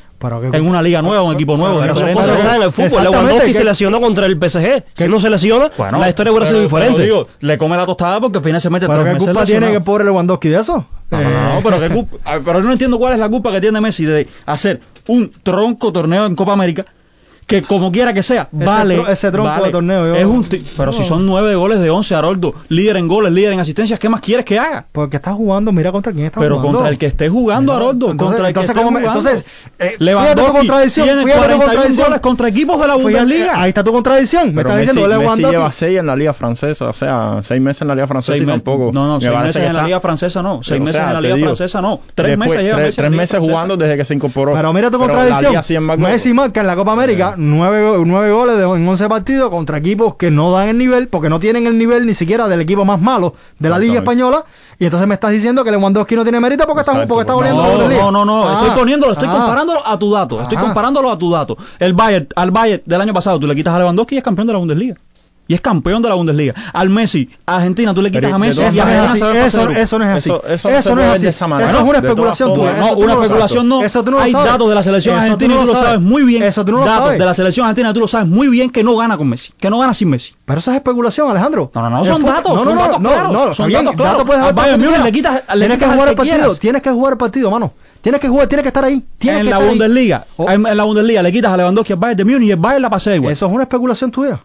En una liga nueva, un equipo nuevo. Pero son cosas que están en el fútbol. Lewandowski se lesionó contra el PSG. Si no se lesiona, la historia hubiera sido diferente. Digo, le come la tostada porque al final se mete 3 meses. ¿Pero qué culpa tiene que el pobre Lewandowski de eso? No, pero yo no entiendo cuál es la culpa que tiene Messi de hacer un tronco torneo en Copa América que como quiera que sea, ese tronco de torneo es pero si son 9 goles de 11, Haroldo, líder en goles, líder en asistencias, ¿qué más quieres que haga? Porque está jugando, mira contra quién está jugando. Pero contra el que esté jugando, Haroldo, entonces, Lewandowski tiene 41 goles contra equipos de la Bundesliga. Ahí está tu contradicción. Pero Messi lleva 6 en la Liga Francesa, o sea, 6 meses en la Liga Francesa y tampoco. No, 6 meses en la Liga Francesa no, 6 meses en la Liga Francesa no, 3 meses lleva Messi. 3 meses jugando desde que se incorporó. Pero mira tu contradicción. Messi marca en la Copa América 9 goles en 11 partidos contra equipos que no dan el nivel, porque no tienen el nivel ni siquiera del equipo más malo de la Liga Española, y entonces me estás diciendo que Lewandowski no tiene mérito porque está volviendo a la Bundesliga. Estoy comparándolo a tu dato, comparándolo a tu dato. Al Bayern del año pasado tú le quitas a Lewandowski y es campeón de la Bundesliga. Y es campeón de la Bundesliga. Al Messi, a Argentina, tú le quitas a Messi y Argentina eso no es así. Eso no es así. Eso es una especulación tuya. No, una especulación no. Hay datos de la selección argentina y tú lo sabes muy bien. Datos de la selección argentina tú lo sabes muy bien que no gana con Messi, que no gana sin Messi. Pero eso es especulación, Alejandro. No, son datos. Son datos claros. Son datos claros. Al Bayern Múnich le quitas al que quieras. Tienes que jugar el partido, mano. Tienes que jugar, tienes que estar ahí. En la Bundesliga le quitas a Lewandowski al Bayern de Múnich y el Bayern la pasea igual. Eso es una especulación tuya.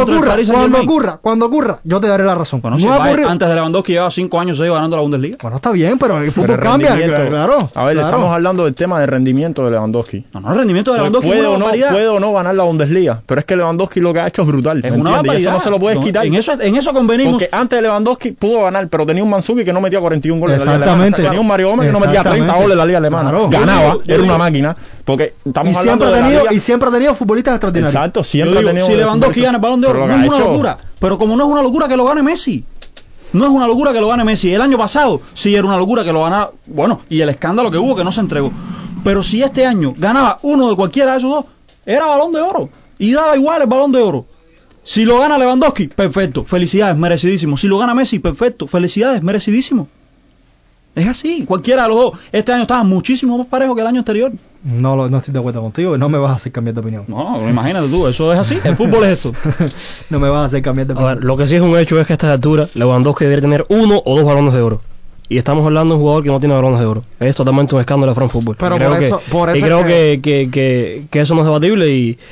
Cuando ocurra, yo te daré la razón. Bueno, si el Bayern antes de Lewandowski lleva 5 años ganando la Bundesliga. Bueno, está bien, pero el fútbol cambia, claro. A ver, estamos hablando del tema de rendimiento de Lewandowski. No, el rendimiento de Lewandowski puede o no ganar la Bundesliga, pero es que Lewandowski lo que ha hecho es brutal. Es una barbaridad. Y eso no se lo puedes quitar. En eso convenimos. Porque antes de Lewandowski pudo ganar, pero tenía un Mandzukic que no metía 41 goles en la Liga Alemana. Tenía un Mario Gómez que no metía 30 goles en la Liga Alemana. Ganaba. Era una máquina, porque estamos hablando de la Liga. Y siempre ha tenido futbolistas extraordinarios. Exacto, siempre ha tenido. Si Lewandowski gana el Balón de Oro, no es una locura. Pero como no es una locura que lo gane Messi. No es una locura que lo gane Messi. El año pasado sí era una locura que lo ganara. Bueno, y el escándalo que hubo que no se entregó. Pero si este año ganaba uno de cualquiera de esos dos, era Balón de Oro. Y daba igual el Balón de Oro. Si lo gana Lewandowski, perfecto, felicidades, merecidísimo. Si lo gana Messi, perfecto, felicidades, merecidísimo. Es así, cualquiera de los dos. Este año estaba muchísimo más parejo que el año anterior. No estoy de acuerdo contigo y no me vas a hacer cambiar de opinión. No, imagínate tú, eso es así. El fútbol es esto. No me vas a hacer cambiar de opinión. A ver, lo que sí es un hecho es que a estas alturas Lewandowski debería tener 1 o 2 balones de oro. Y estamos hablando de un jugador que no tiene balones de oro. Es totalmente un escándalo de France Football. Pero creo que eso no es debatible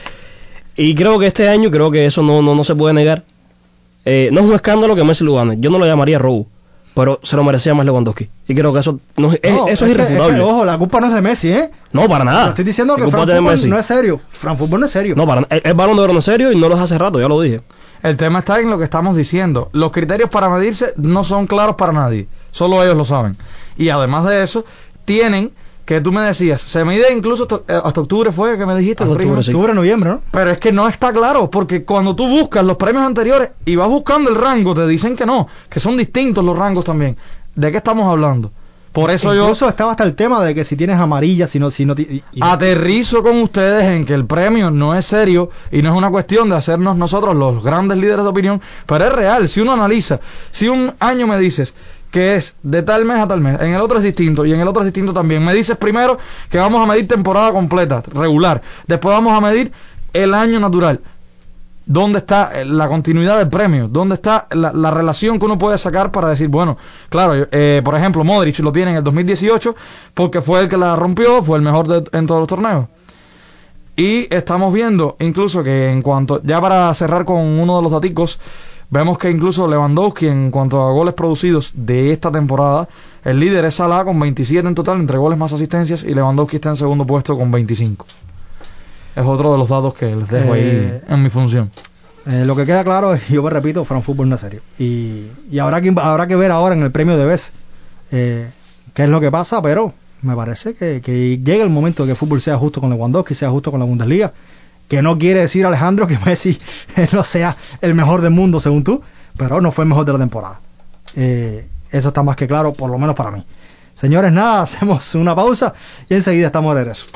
y creo que este año eso no se puede negar. No es un escándalo que Messi lo gane. Yo no lo llamaría robo. Pero se lo merecía más Lewandowski. Y creo que eso es irrefutable. Ojo, la culpa no es de Messi, ¿eh? No, para nada. Pero estoy diciendo que France Football no es serio. France Football no es serio. No, el Balón de Oro no es serio y no lo es hace rato, ya lo dije. El tema está en lo que estamos diciendo. Los criterios para medirse no son claros para nadie. Solo ellos lo saben. Y además de eso, tienen... que tú me decías, se mide incluso hasta octubre, fue que me dijiste. Hasta octubre, noviembre, ¿no? Pero es que no está claro, porque cuando tú buscas los premios anteriores y vas buscando el rango, te dicen que no, que son distintos los rangos también. ¿De qué estamos hablando? Por eso incluso estaba hasta el tema de que si tienes amarilla, si no aterrizo con ustedes en que el premio no es serio y no es una cuestión de hacernos nosotros los grandes líderes de opinión, pero es real. Si uno analiza, si un año me dices que es de tal mes a tal mes, en el otro es distinto y en el otro es distinto también, me dices primero que vamos a medir temporada completa, regular, después vamos a medir el año natural. ¿Dónde está la continuidad del premio? ¿Dónde está la relación que uno puede sacar para decir, bueno, claro, por ejemplo, Modric lo tiene en el 2018 porque fue el que la rompió, fue el mejor en todos los torneos? Y estamos viendo incluso que en cuanto, ya para cerrar con uno de los daticos, Vemos que incluso Lewandowski, en cuanto a goles producidos de esta temporada, el líder es Salah con 27 en total entre goles más asistencias, y Lewandowski está en segundo puesto con 25. Es otro de los datos que les dejo ahí en mi función. Lo que queda claro es, yo me repito, France Football no es serio. Y habrá que ver ahora en el premio de Best qué es lo que pasa, pero me parece que llega el momento de que el fútbol sea justo con Lewandowski, sea justo con la Bundesliga, que no quiere decir, Alejandro, que Messi no sea el mejor del mundo según tú, pero no fue el mejor de la temporada. Eso está más que claro, por lo menos para mí. Señores, nada, hacemos una pausa y enseguida estamos de regreso.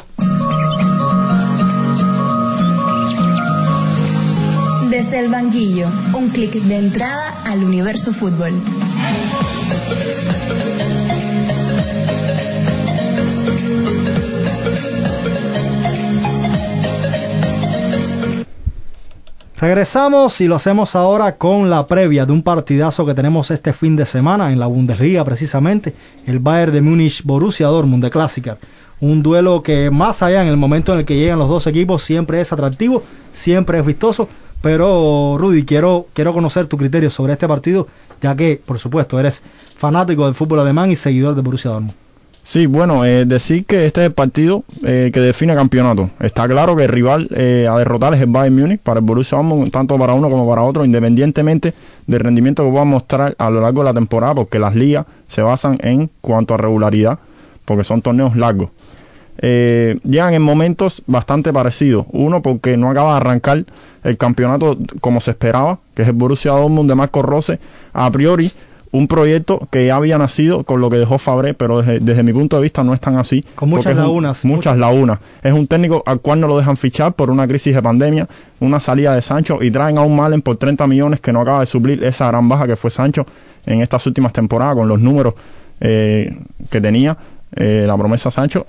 Desde el banquillo, un clic de entrada al universo fútbol. Regresamos y lo hacemos ahora con la previa de un partidazo que tenemos este fin de semana en la Bundesliga, precisamente el Bayern de Múnich Borussia Dortmund de Klassiker. Un duelo que, más allá en el momento en el que llegan los dos equipos, siempre es atractivo, siempre es vistoso. Pero Rudy, quiero conocer tu criterio sobre este partido, ya que, por supuesto, eres fanático del fútbol alemán y seguidor de Borussia Dortmund. Sí, bueno, decir que este es el partido que define campeonato. Está claro que el rival a derrotar es el Bayern Múnich para el Borussia Dortmund, tanto para uno como para otro, independientemente del rendimiento que puedan mostrar a lo largo de la temporada, porque las ligas se basan en cuanto a regularidad, porque son torneos largos. Llegan en momentos bastante parecidos. Uno, porque no acaba de arrancar el campeonato como se esperaba, que es el Borussia Dortmund de Marco Rose, a priori un proyecto que ya había nacido con lo que dejó Favre, pero desde mi punto de vista no es tan así. Con muchas lagunas. Muchas lagunas. Es un técnico al cual no lo dejan fichar por una crisis de pandemia, una salida de Sancho, y traen a un Malen por 30 millones que no acaba de suplir esa gran baja que fue Sancho en estas últimas temporadas, con los números que tenía la promesa Sancho.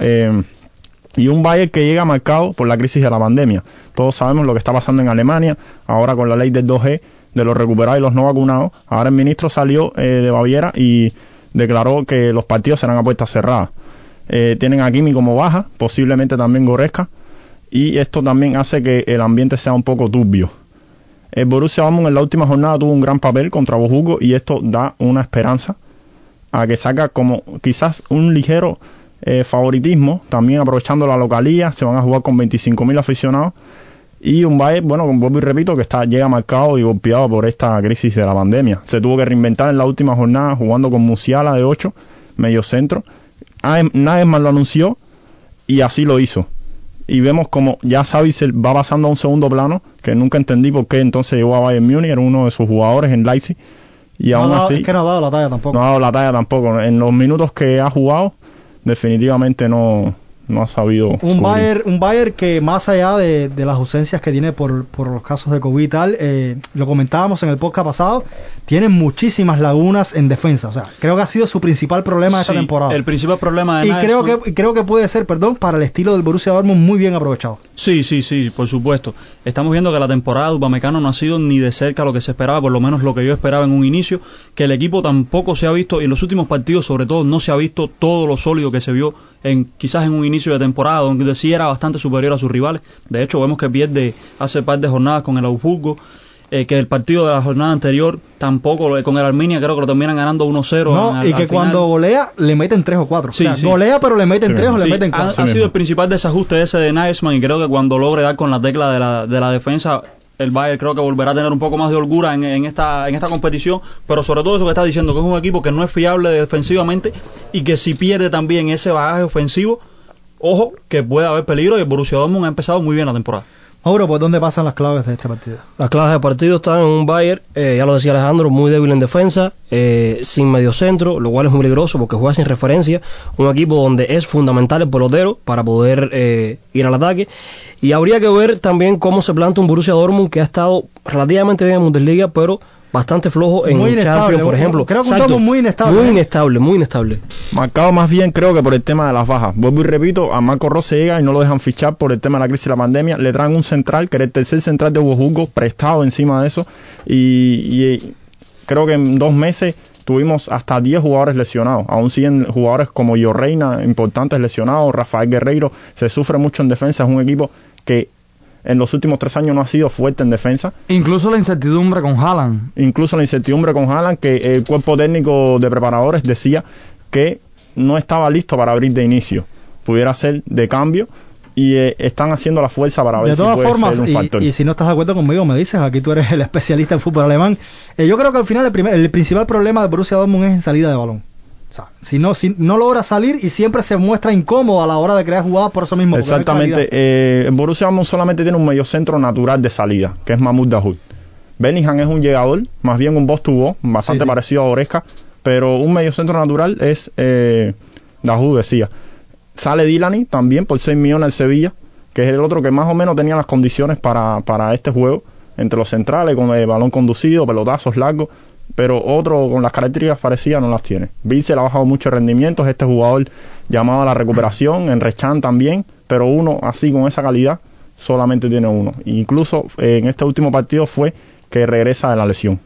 Y un Bayern que llega marcado por la crisis de la pandemia. Todos sabemos lo que está pasando en Alemania, ahora con la ley del 2G, de los recuperados y los no vacunados. Ahora el ministro salió de Baviera y declaró que los partidos serán a puertas cerradas. Tienen a Kimi como baja, posiblemente también Goretzka, y esto también hace que el ambiente sea un poco turbio. El Borussia Dortmund en la última jornada tuvo un gran papel contra Wolfsburgo, y esto da una esperanza a que saca como quizás un ligero favoritismo, también aprovechando la localía. Se van a jugar con 25.000 aficionados, y un Bayern, bueno, vuelvo y repito, que llega marcado y golpeado por esta crisis de la pandemia. Se tuvo que reinventar en la última jornada jugando con Musiala de 8, medio centro. Nadie más lo anunció y así lo hizo. Y vemos como ya Sabitzer va pasando a un segundo plano, que nunca entendí por qué entonces llegó a Bayern Múnich, era uno de sus jugadores en Leipzig, y aún así es que no ha dado la talla tampoco. No ha dado la talla tampoco. En los minutos que ha jugado, definitivamente no ha sabido. Un Bayern que, más allá de las ausencias que tiene por los casos de COVID y tal, lo comentábamos en el podcast pasado, tiene muchísimas lagunas en defensa. O sea, creo que ha sido su principal problema esta temporada. El principal problema de creo que puede ser, para el estilo del Borussia Dortmund, muy bien aprovechado. Sí, por supuesto. Estamos viendo que la temporada de Upamecano no ha sido ni de cerca lo que se esperaba, por lo menos lo que yo esperaba en un inicio, que el equipo tampoco se ha visto, y en los últimos partidos sobre todo no se ha visto todo lo sólido que se vio quizás en un inicio de temporada, donde sí era bastante superior a sus rivales. De hecho, vemos que pierde hace par de jornadas con el Augsburgo, que el partido de la jornada anterior tampoco, con el Arminia creo que lo terminan ganando 1-0. Y que cuando golea le meten 3 o 4. Sí, golea, pero le meten 3 o le meten 4. Ha sido el principal desajuste ese de Nagelsmann, y creo que cuando logre dar con la tecla de la defensa, el Bayern creo que volverá a tener un poco más de holgura en esta competición, pero sobre todo eso que está diciendo, que es un equipo que no es fiable defensivamente, y que si pierde también ese bagaje ofensivo, ojo, que puede haber peligro, y el Borussia Dortmund ha empezado muy bien la temporada. Mauro, ¿por dónde pasan las claves de este partido? Las claves del partido están en un Bayern, ya lo decía Alejandro, muy débil en defensa, sin mediocentro, lo cual es muy peligroso porque juega sin referencia, un equipo donde es fundamental el pelotero para poder ir al ataque, y habría que ver también cómo se planta un Borussia Dortmund que ha estado relativamente bien en Bundesliga, pero bastante flojo en Champions, por ejemplo. Creo que un Dortmund muy inestable. Muy inestable. Marcado más bien, creo que por el tema de las bajas. Vuelvo y repito, a Marco Rose llega y no lo dejan fichar por el tema de la crisis de la pandemia. Le traen un central, que era el tercer central de Wolfsburgo, prestado encima de eso. Y creo que en 2 meses tuvimos hasta 10 jugadores lesionados. Aún siguen jugadores como Gio Reyna, importantes lesionados. Rafael Guerreiro, se sufre mucho en defensa. Es un equipo que en los últimos 3 años no ha sido fuerte en defensa. Incluso la incertidumbre con Haaland. Que el cuerpo técnico de preparadores decía que no estaba listo para abrir de inicio. Pudiera ser de cambio. Y están haciendo la fuerza para ver de si todas puede formas, ser un factor. Y si no estás de acuerdo conmigo, me dices, aquí tú eres el especialista en fútbol alemán. Yo creo que al final el principal problema de Borussia Dortmund es en salida de balón. O sea, si no logra salir y siempre se muestra incómodo a la hora de crear jugadas por eso mismo. Exactamente. Borussia Dortmund solamente tiene un mediocentro natural de salida, que es Mahmoud Dahoud. Bellingham es un llegador, más bien un boss-to-boss, bastante parecido a Goretzka, pero un mediocentro natural es Dahoud, decía. Sale Delaney también por 6 millones al Sevilla, que es el otro que más o menos tenía las condiciones para este juego, entre los centrales, con el balón conducido, pelotazos largos, pero otro con las características parecidas no las tiene. Bitzel ha bajado mucho de rendimientos, este jugador llamado a la recuperación, en Rechan también, pero uno así con esa calidad solamente tiene uno. Incluso en este último partido fue que regresa de la lesión.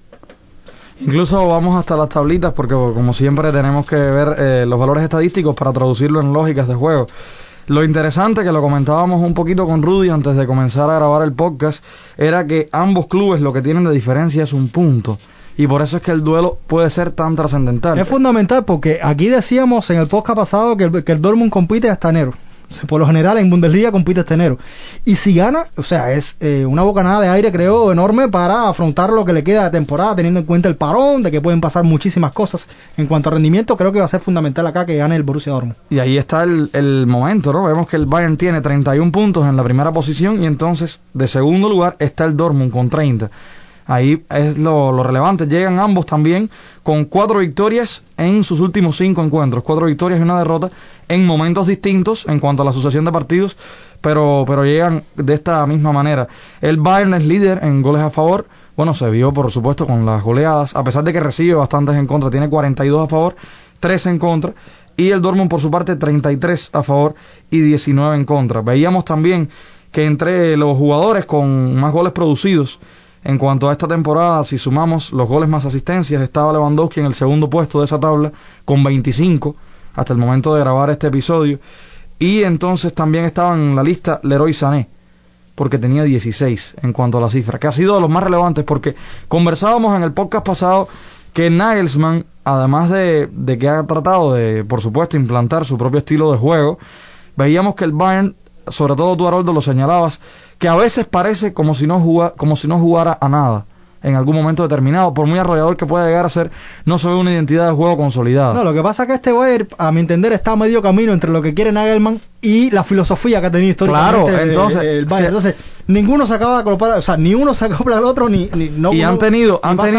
Incluso vamos hasta las tablitas porque como siempre tenemos que ver los valores estadísticos para traducirlo en lógicas de juego. Lo interesante, que lo comentábamos un poquito con Rudy antes de comenzar a grabar el podcast, era que ambos clubes lo que tienen de diferencia es un punto. Y por eso es que el duelo puede ser tan trascendental. Es fundamental porque aquí decíamos en el podcast pasado que el Dortmund compite hasta enero. O sea, por lo general en Bundesliga compite este enero. Y si gana, o sea, es una bocanada de aire, creo, enorme para afrontar lo que le queda de temporada, teniendo en cuenta el parón, de que pueden pasar muchísimas cosas en cuanto a rendimiento. Creo que va a ser fundamental acá que gane el Borussia Dortmund. Y ahí está el momento, ¿no? Vemos que el Bayern tiene 31 puntos en la primera posición y entonces de segundo lugar está el Dortmund con 30. Ahí es lo relevante. Llegan ambos también con 4 victorias en sus últimos 5 encuentros. 4 victorias y una derrota en momentos distintos en cuanto a la sucesión de partidos, pero llegan de esta misma manera. El Bayern es líder en goles a favor. Bueno, se vio por supuesto con las goleadas, a pesar de que recibe bastantes en contra. Tiene 42 a favor, 3 en contra. Y el Dortmund por su parte 33 a favor y 19 en contra. Veíamos también que entre los jugadores con más goles producidos en cuanto a esta temporada, si sumamos los goles más asistencias, estaba Lewandowski en el segundo puesto de esa tabla con 25 hasta el momento de grabar este episodio, y entonces también estaba en la lista Leroy Sané porque tenía 16 en cuanto a la cifra, que ha sido de los más relevantes porque conversábamos en el podcast pasado que Nagelsmann, además de que ha tratado de, por supuesto, implantar su propio estilo de juego, veíamos que el Bayern, sobre todo tú, Haroldo, lo señalabas, que a veces parece como si no jugara a nada en algún momento determinado, por muy arrollador que pueda llegar a ser, no se ve una identidad de juego consolidada. No, lo que pasa es que este Bayern, a mi entender, está a medio camino entre lo que quiere Nagelmann y la filosofía que ha tenido históricamente. Claro, entonces, el Bayern. Entonces, ninguno se acaba de acoplar, o sea, ni uno se acopla al otro, han tenido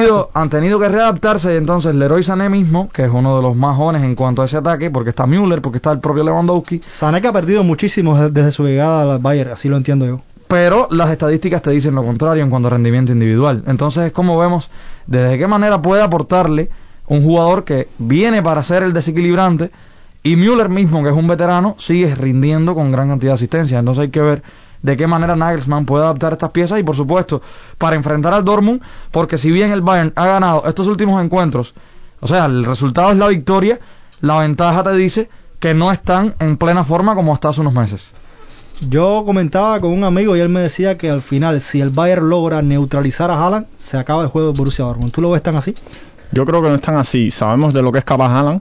que readaptarse, y entonces Leroy Sané mismo, que es uno de los más jóvenes en cuanto a ese ataque, porque está Müller, porque está el propio Lewandowski. Sané, que ha perdido muchísimo desde su llegada al Bayern, así lo entiendo yo. Pero las estadísticas te dicen lo contrario en cuanto a rendimiento individual. Entonces es como vemos desde qué manera puede aportarle un jugador que viene para ser el desequilibrante, y Müller mismo, que es un veterano, sigue rindiendo con gran cantidad de asistencia. Entonces hay que ver de qué manera Nagelsmann puede adaptar estas piezas, y por supuesto para enfrentar al Dortmund, porque si bien el Bayern ha ganado estos últimos encuentros, o sea, el resultado es la victoria, la ventaja te dice que no están en plena forma como hasta hace unos meses. Yo comentaba con un amigo y él me decía que al final, si el Bayern logra neutralizar a Haaland, se acaba el juego de Borussia Dortmund. ¿Tú lo ves tan así? Yo creo que no es tan así. Sabemos de lo que es capaz Haaland.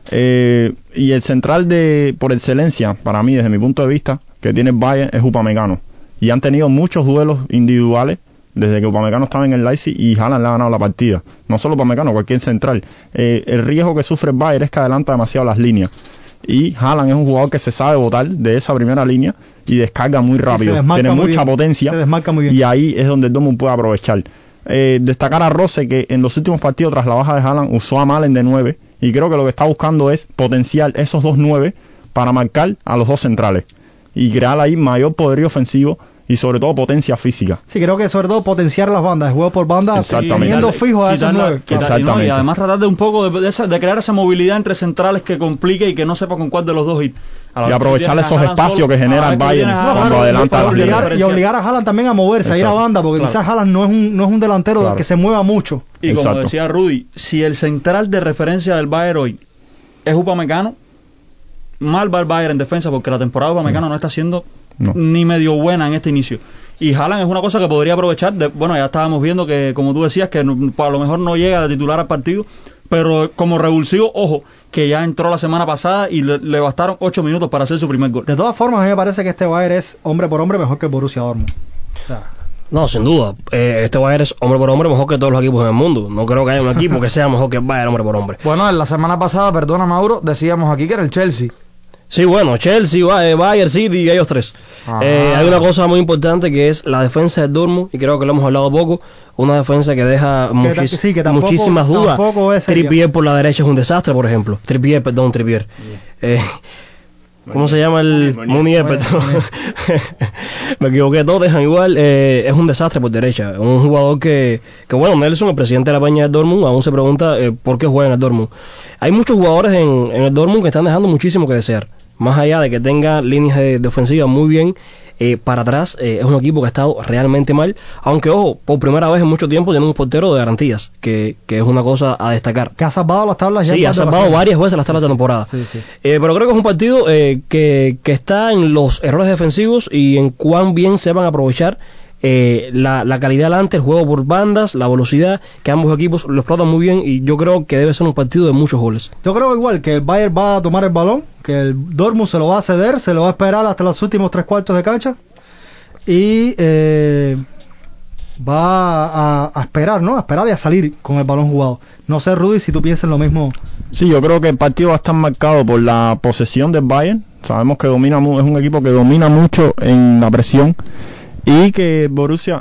Y el central por excelencia, para mí, desde mi punto de vista, que tiene el Bayern es Upamecano. Y han tenido muchos duelos individuales desde que Upamecano estaba en el Leipzig, y Haaland le ha ganado la partida. No solo Upamecano, cualquier central. El riesgo que sufre el Bayern es que adelanta demasiado las líneas. Y Haaland es un jugador que se sabe botar de esa primera línea y descarga muy rápido, tiene mucha potencia, se desmarca muy bien. Y ahí es donde el Dortmund puede aprovechar. Destacar a Rose, que en los últimos partidos tras la baja de Haaland usó a Malen de 9, y creo que lo que está buscando es potenciar esos dos 9 para marcar a los dos centrales y crear ahí mayor poderío ofensivo y sobre todo potencia física. Sí, creo que sobre todo potenciar las bandas, el juego por banda, teniendo fijos a esos 9. Exactamente. Y además tratar de un poco de crear esa movilidad entre centrales que complique y que no sepa con cuál de los dos ir. Y aprovechar esos espacios que genera el Bayern cuando adelanta. Y obligar a Haaland también a moverse, a ir a banda, porque quizás Haaland no es un delantero que se mueva mucho. Y como decía Rudy, si el central de referencia del Bayern hoy es Upamecano, mal va el Bayern en defensa porque la temporada de Upamecano no está siendo ni medio buena en este inicio. Y Haaland es una cosa que podría aprovechar. Bueno, ya estábamos viendo que, como tú decías, que a lo mejor no llega de titular al partido, pero como revulsivo, ojo, que ya entró la semana pasada y le bastaron 8 minutos para hacer su primer gol. De todas formas, a mí me parece que este Bayern es hombre por hombre mejor que el Borussia Dortmund. O sea, no, sin duda. Este Bayern es hombre por hombre mejor que todos los equipos en el mundo. No creo que haya un equipo que sea mejor que el Bayern hombre por hombre. Bueno, la semana pasada, perdona Mauro, decíamos aquí que era el Chelsea. Sí, bueno, Chelsea, Bayern, City y ellos tres. Hay una cosa muy importante que es la defensa del Dortmund, y creo que lo hemos hablado poco. Una defensa que deja muchísimas dudas. Trippier por la derecha es un desastre, por ejemplo. Trippier. ¿Cómo se llama el Munier? Me equivoqué, todos dejan igual. Es un desastre por derecha. Un jugador que bueno, Nelson, el presidente de la peña del Dortmund, aún se pregunta por qué juega en el Dortmund. Hay muchos jugadores en el Dortmund que están dejando muchísimo que desear. Más allá de que tenga líneas de ofensiva muy bien, para atrás es un equipo que ha estado realmente mal, aunque ojo, por primera vez en mucho tiempo tiene un portero de garantías, que es una cosa a destacar. Que ha salvado las tablas ya. Sí, ha salvado varias veces las tablas de temporada. Sí. Pero creo que es un partido que está en los errores defensivos y en cuán bien se van a aprovechar la calidad delante, el juego por bandas, la velocidad, que ambos equipos lo explotan muy bien, y yo creo que debe ser un partido de muchos goles. Yo creo igual que el Bayern va a tomar el balón, que el Dortmund se lo va a ceder, se lo va a esperar hasta los últimos 3/4 de cancha y va a esperar, ¿no? A esperar y a salir con el balón jugado. No sé, Rudy, si tú piensas lo mismo. Sí, yo creo que el partido va a estar marcado por la posesión del Bayern. Sabemos que es un equipo que domina mucho en la presión, y que el Borussia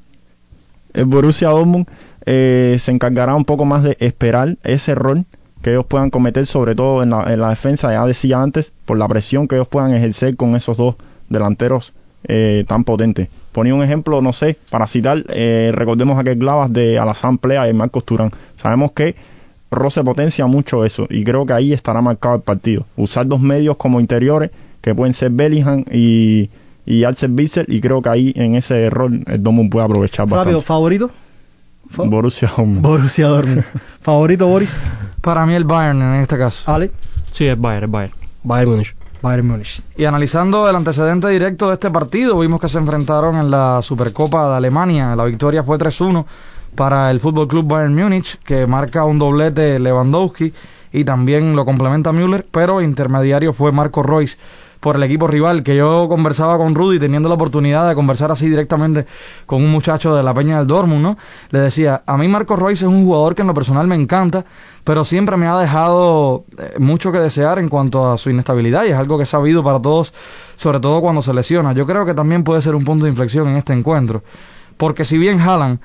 Dortmund se encargará un poco más de esperar ese error que ellos puedan cometer, sobre todo en la defensa, ya decía antes, por la presión que ellos puedan ejercer con esos dos delanteros tan potentes. Ponía un ejemplo, no sé, para citar, recordemos aquel Gladbach de Alassane Plea y Marcos Thuram. Sabemos que Rose potencia mucho eso, y creo que ahí estará marcado el partido. Usar dos medios como interiores, que pueden ser Bellingham y Axel Witsel, y creo que ahí en ese error el Dortmund puede aprovechar bastante. Rápido, ¿favorito? Borussia Dortmund. ¿Favorito, Boris? Para mí el Bayern en este caso. ¿Ale? Sí, es Bayern. Bayern Múnich. Y analizando el antecedente directo de este partido, vimos que se enfrentaron en la Supercopa de Alemania. La victoria fue 3-1 para el Fútbol Club Bayern Múnich, que marca un doblete Lewandowski y también lo complementa Müller, pero intermediario fue Marco Reus por el equipo rival, que yo conversaba con Rudy, teniendo la oportunidad de conversar así directamente con un muchacho de la peña del Dortmund, ¿no? Le decía, a mí Marco Reus es un jugador que en lo personal me encanta, pero siempre me ha dejado mucho que desear en cuanto a su inestabilidad, y es algo que es sabido para todos, sobre todo cuando se lesiona. Yo creo que también puede ser un punto de inflexión en este encuentro, porque si bien Haaland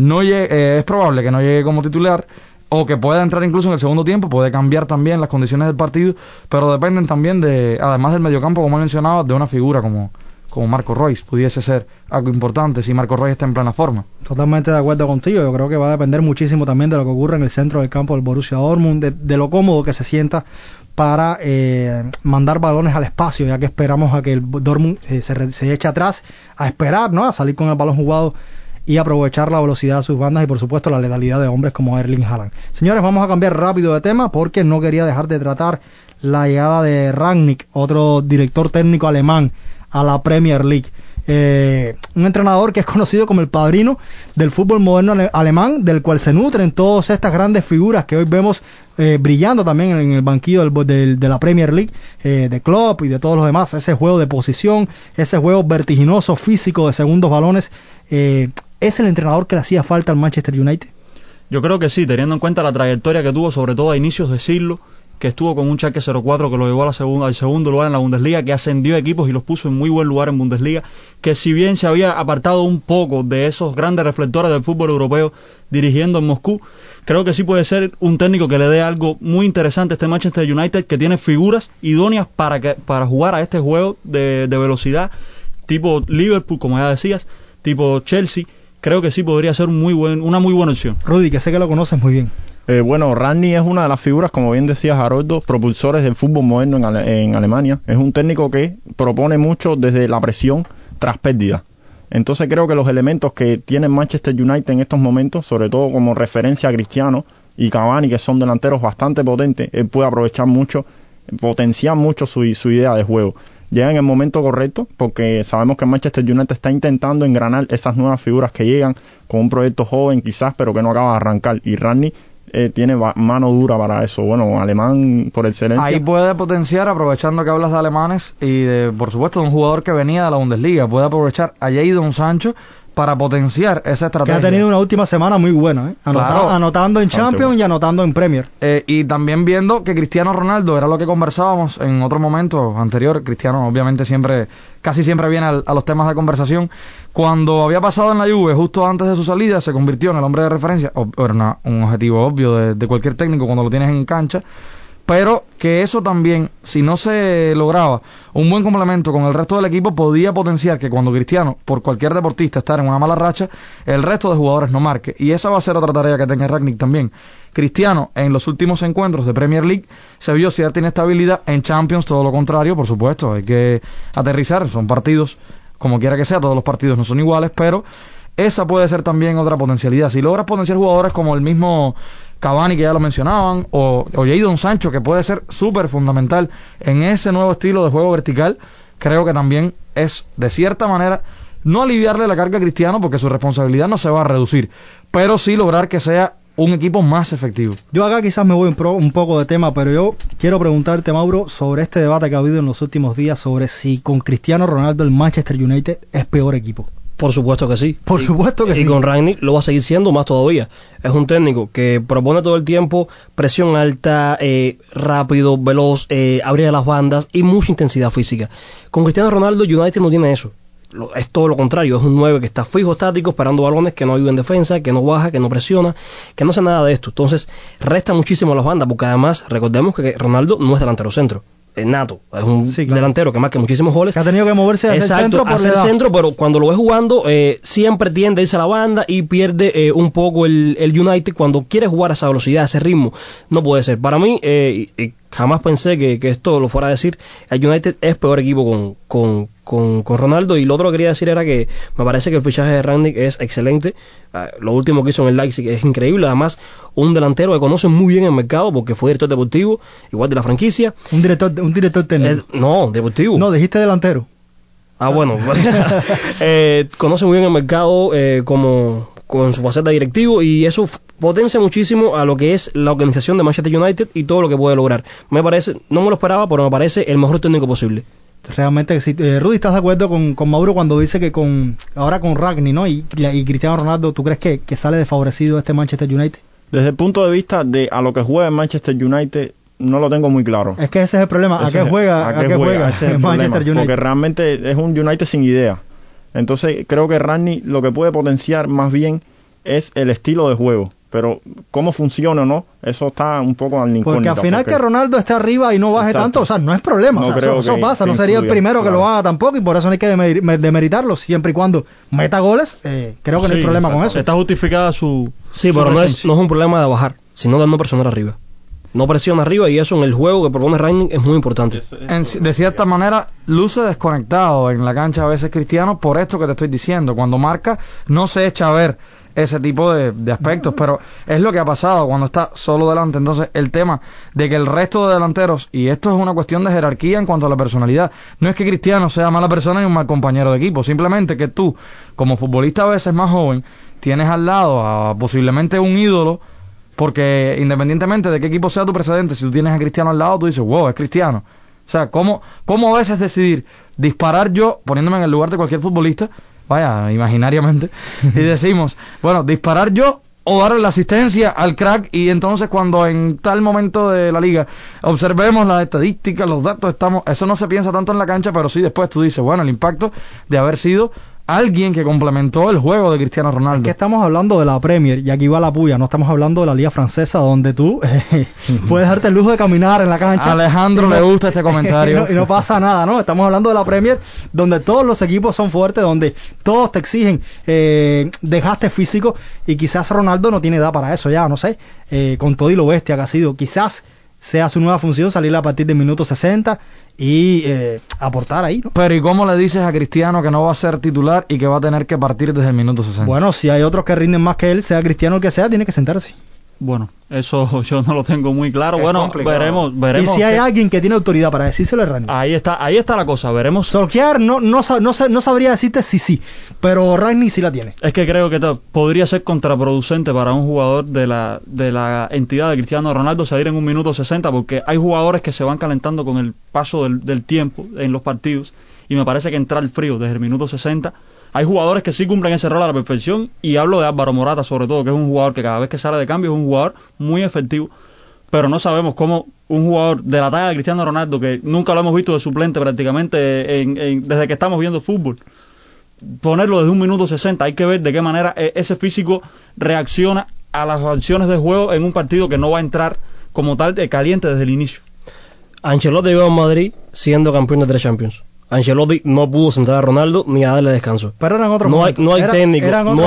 es probable que no llegue como titular, o que pueda entrar incluso en el segundo tiempo, puede cambiar también las condiciones del partido, pero dependen también además del mediocampo, como he mencionado, de una figura como Marco Reus. Pudiese ser algo importante si Marco Reus está en plena forma. Totalmente de acuerdo contigo. Yo creo que va a depender muchísimo también de lo que ocurre en el centro del campo del Borussia Dortmund, de lo cómodo que se sienta para mandar balones al espacio, ya que esperamos a que el Dortmund se eche atrás a esperar, ¿no? A salir con el balón jugado y aprovechar la velocidad de sus bandas y por supuesto la letalidad de hombres como Erling Haaland. Señores, vamos a cambiar rápido de tema porque no quería dejar de tratar la llegada de Rangnick, otro director técnico alemán, a la Premier League. Un entrenador que es conocido como el padrino del fútbol moderno alemán, del cual se nutren todas estas grandes figuras que hoy vemos brillando también en el banquillo de la Premier League, de Klopp y de todos los demás. Ese juego de posición, ese juego vertiginoso, físico, de segundos balones, ¿es el entrenador que le hacía falta al Manchester United? Yo creo que sí, teniendo en cuenta la trayectoria que tuvo, sobre todo a inicios de siglo, que estuvo con un Schalke 04 que lo llevó al segundo lugar en la Bundesliga, que ascendió equipos y los puso en muy buen lugar en Bundesliga, que si bien se había apartado un poco de esos grandes reflectores del fútbol europeo dirigiendo en Moscú, creo que sí puede ser un técnico que le dé algo muy interesante a este Manchester United, que tiene figuras idóneas para jugar a este juego de velocidad, tipo Liverpool, como ya decías, tipo Chelsea. Creo que sí podría ser una muy buena opción. Rudy, que sé que lo conoces muy bien. Bueno, Rangnick es una de las figuras, como bien decías, Haroldo, propulsores del fútbol moderno en Alemania. Es un técnico que propone mucho desde la presión tras pérdida. Entonces creo que los elementos que tiene Manchester United en estos momentos, sobre todo como referencia a Cristiano y Cavani, que son delanteros bastante potentes, él puede aprovechar mucho potenciar mucho su idea de juego. Llega en el momento correcto, porque sabemos que Manchester United está intentando engranar esas nuevas figuras que llegan con un proyecto joven quizás, pero que no acaba de arrancar. Y Rangnick tiene mano dura para eso. Bueno, alemán por excelencia. Ahí puede potenciar, aprovechando que hablas de alemanes y por supuesto de un jugador que venía de la Bundesliga, puede aprovechar a Jadon Sancho para potenciar esa estrategia. Que ha tenido una última semana muy buena, Claro. Anotando en Champions y anotando en Premier. Y también viendo que Cristiano Ronaldo, era lo que conversábamos en otro momento anterior, Cristiano obviamente casi siempre viene a los temas de conversación. Cuando había pasado en la Juve, justo antes de su salida, se convirtió en el hombre de referencia. Era un objetivo obvio de cualquier técnico cuando lo tienes en cancha. Pero que eso también, si no se lograba un buen complemento con el resto del equipo, podía potenciar que cuando Cristiano, por cualquier deportista, estar en una mala racha, el resto de jugadores no marque. Y esa va a ser otra tarea que tenga Rangnick también. Cristiano, en los últimos encuentros de Premier League, se vio cierta inestabilidad. En Champions, todo lo contrario, por supuesto, hay que aterrizar. Son partidos, como quiera que sea, todos los partidos no son iguales, pero esa puede ser también otra potencialidad. Si logras potenciar jugadores como el mismo Cavani, que ya lo mencionaban, o Jadon Sancho, que puede ser súper fundamental en ese nuevo estilo de juego vertical, creo que también es, de cierta manera, no aliviarle la carga a Cristiano, porque su responsabilidad no se va a reducir, pero sí lograr que sea un equipo más efectivo. Yo acá quizás me voy un poco de tema, pero yo quiero preguntarte, Mauro, sobre este debate que ha habido en los últimos días sobre si con Cristiano Ronaldo el Manchester United es peor equipo. Por supuesto que sí. Por supuesto que sí. Y con Rangnick lo va a seguir siendo más todavía. Es un técnico que propone todo el tiempo presión alta, rápido, veloz, abrir a las bandas y mucha intensidad física. Con Cristiano Ronaldo, United no tiene eso. Es todo lo contrario. Es un 9 que está fijo, estático, esperando balones, que no ayuda en defensa, que no baja, que no presiona, que no hace nada de esto. Entonces, resta muchísimo a las bandas, porque además, recordemos que Ronaldo no es delantero centro. Es nato, es un delantero que marca muchísimos goles. Que ha tenido que moverse hacia el centro hacia el centro, pero cuando lo ves jugando siempre tiende a irse a la banda y pierde un poco el United cuando quiere jugar a esa velocidad, a ese ritmo. No puede ser. Para mí, jamás pensé que esto lo fuera a decir, el United es peor equipo con Ronaldo. Y lo otro que quería decir era que me parece que el fichaje de Rangnick es excelente. Lo último que hizo en el Leipzig es increíble. Además, un delantero que conoce muy bien el mercado porque fue director deportivo, igual de la franquicia. Un director técnico. No, deportivo. No, dijiste delantero. Bueno. Conoce muy bien el mercado con su faceta de directivo, y eso potencia muchísimo a lo que es la organización de Manchester United y todo lo que puede lograr. Me parece, no me lo esperaba, pero me parece el mejor técnico posible. Realmente sí. Rudy, ¿estás de acuerdo con Mauro cuando dice que ahora con Rangnick, ¿no? y Cristiano Ronaldo, ¿tú crees que sale desfavorecido este Manchester United? Desde el punto de vista de a lo que juega el Manchester United, no lo tengo muy claro. Es que ese es el problema. ¿A qué juega ese es el Manchester United? Porque realmente es un United sin idea. Entonces creo que Rangnick lo que puede potenciar más bien es el estilo de juego. Pero cómo funciona o no, eso está un poco al incógnito. Porque al final que Ronaldo esté arriba y no baje tanto, o sea, no es problema. No, eso pasa, no sería el primero que lo haga tampoco, y por eso no hay que demeritarlo. Siempre y cuando meta goles, creo que no hay problema con eso. Está justificada su... Sí, pero no es un problema de bajar, sino de no presionar arriba. No presiona arriba, y eso en el juego que propone Rangnick es muy importante. De cierta manera, luce desconectado en la cancha a veces Cristiano, por esto que te estoy diciendo. Cuando marca, no se echa a ver ese tipo de aspectos, pero es lo que ha pasado cuando está solo delante. Entonces el tema de que el resto de delanteros, y esto es una cuestión de jerarquía en cuanto a la personalidad, no es que Cristiano sea mala persona ni un mal compañero de equipo, simplemente que tú, como futbolista a veces más joven, tienes al lado a posiblemente un ídolo, porque independientemente de qué equipo sea tu precedente, si tú tienes a Cristiano al lado, tú dices, wow, es Cristiano. O sea, ¿cómo a veces decidir disparar yo, poniéndome en el lugar de cualquier futbolista, vaya, imaginariamente, y decimos, bueno, disparar yo o darle la asistencia al crack, y entonces cuando en tal momento de la liga observemos las estadísticas, los datos, eso no se piensa tanto en la cancha, pero sí después tú dices, bueno, el impacto de haber sido alguien que complementó el juego de Cristiano Ronaldo. Es que estamos hablando de la Premier, y aquí va la puya, no estamos hablando de la Liga Francesa, donde tú puedes darte el lujo de caminar en la cancha. A Alejandro le gusta este comentario. y no pasa nada, ¿no? Estamos hablando de la Premier, donde todos los equipos son fuertes, donde todos te exigen desgaste físico, y quizás Ronaldo no tiene edad para eso ya, no sé, con todo y lo bestia que ha sido. Quizás sea su nueva función salir a partir del minuto 60 y aportar ahí, ¿no? Pero ¿y cómo le dices a Cristiano que no va a ser titular y que va a tener que partir desde el minuto 60? Bueno, si hay otros que rinden más que él, sea Cristiano el que sea, tiene que sentarse. Bueno, eso yo no lo tengo muy claro. Es Bueno, complicado. veremos. Y si hay alguien que tiene autoridad para decírselo es Rangnick. Ahí está la cosa, veremos. Solskjaer no sabría decirte sí, pero Rangnick sí la tiene. Es que creo que podría ser contraproducente para un jugador de la entidad de Cristiano Ronaldo salir en un minuto 60, porque hay jugadores que se van calentando con el paso del tiempo en los partidos, y me parece que entrar frío desde el minuto 60, hay jugadores que sí cumplen ese rol a la perfección, y hablo de Álvaro Morata sobre todo, que es un jugador que cada vez que sale de cambio es un jugador muy efectivo, pero no sabemos cómo un jugador de la talla de Cristiano Ronaldo, que nunca lo hemos visto de suplente prácticamente desde que estamos viendo fútbol, ponerlo desde un minuto 60, hay que ver de qué manera ese físico reacciona a las acciones de juego en un partido que no va a entrar como tal caliente desde el inicio. Ancelotti llegó a Madrid siendo campeón de 3 Champions. Ancelotti no pudo sentar a Ronaldo ni a darle descanso. Pero eran otros No hay técnico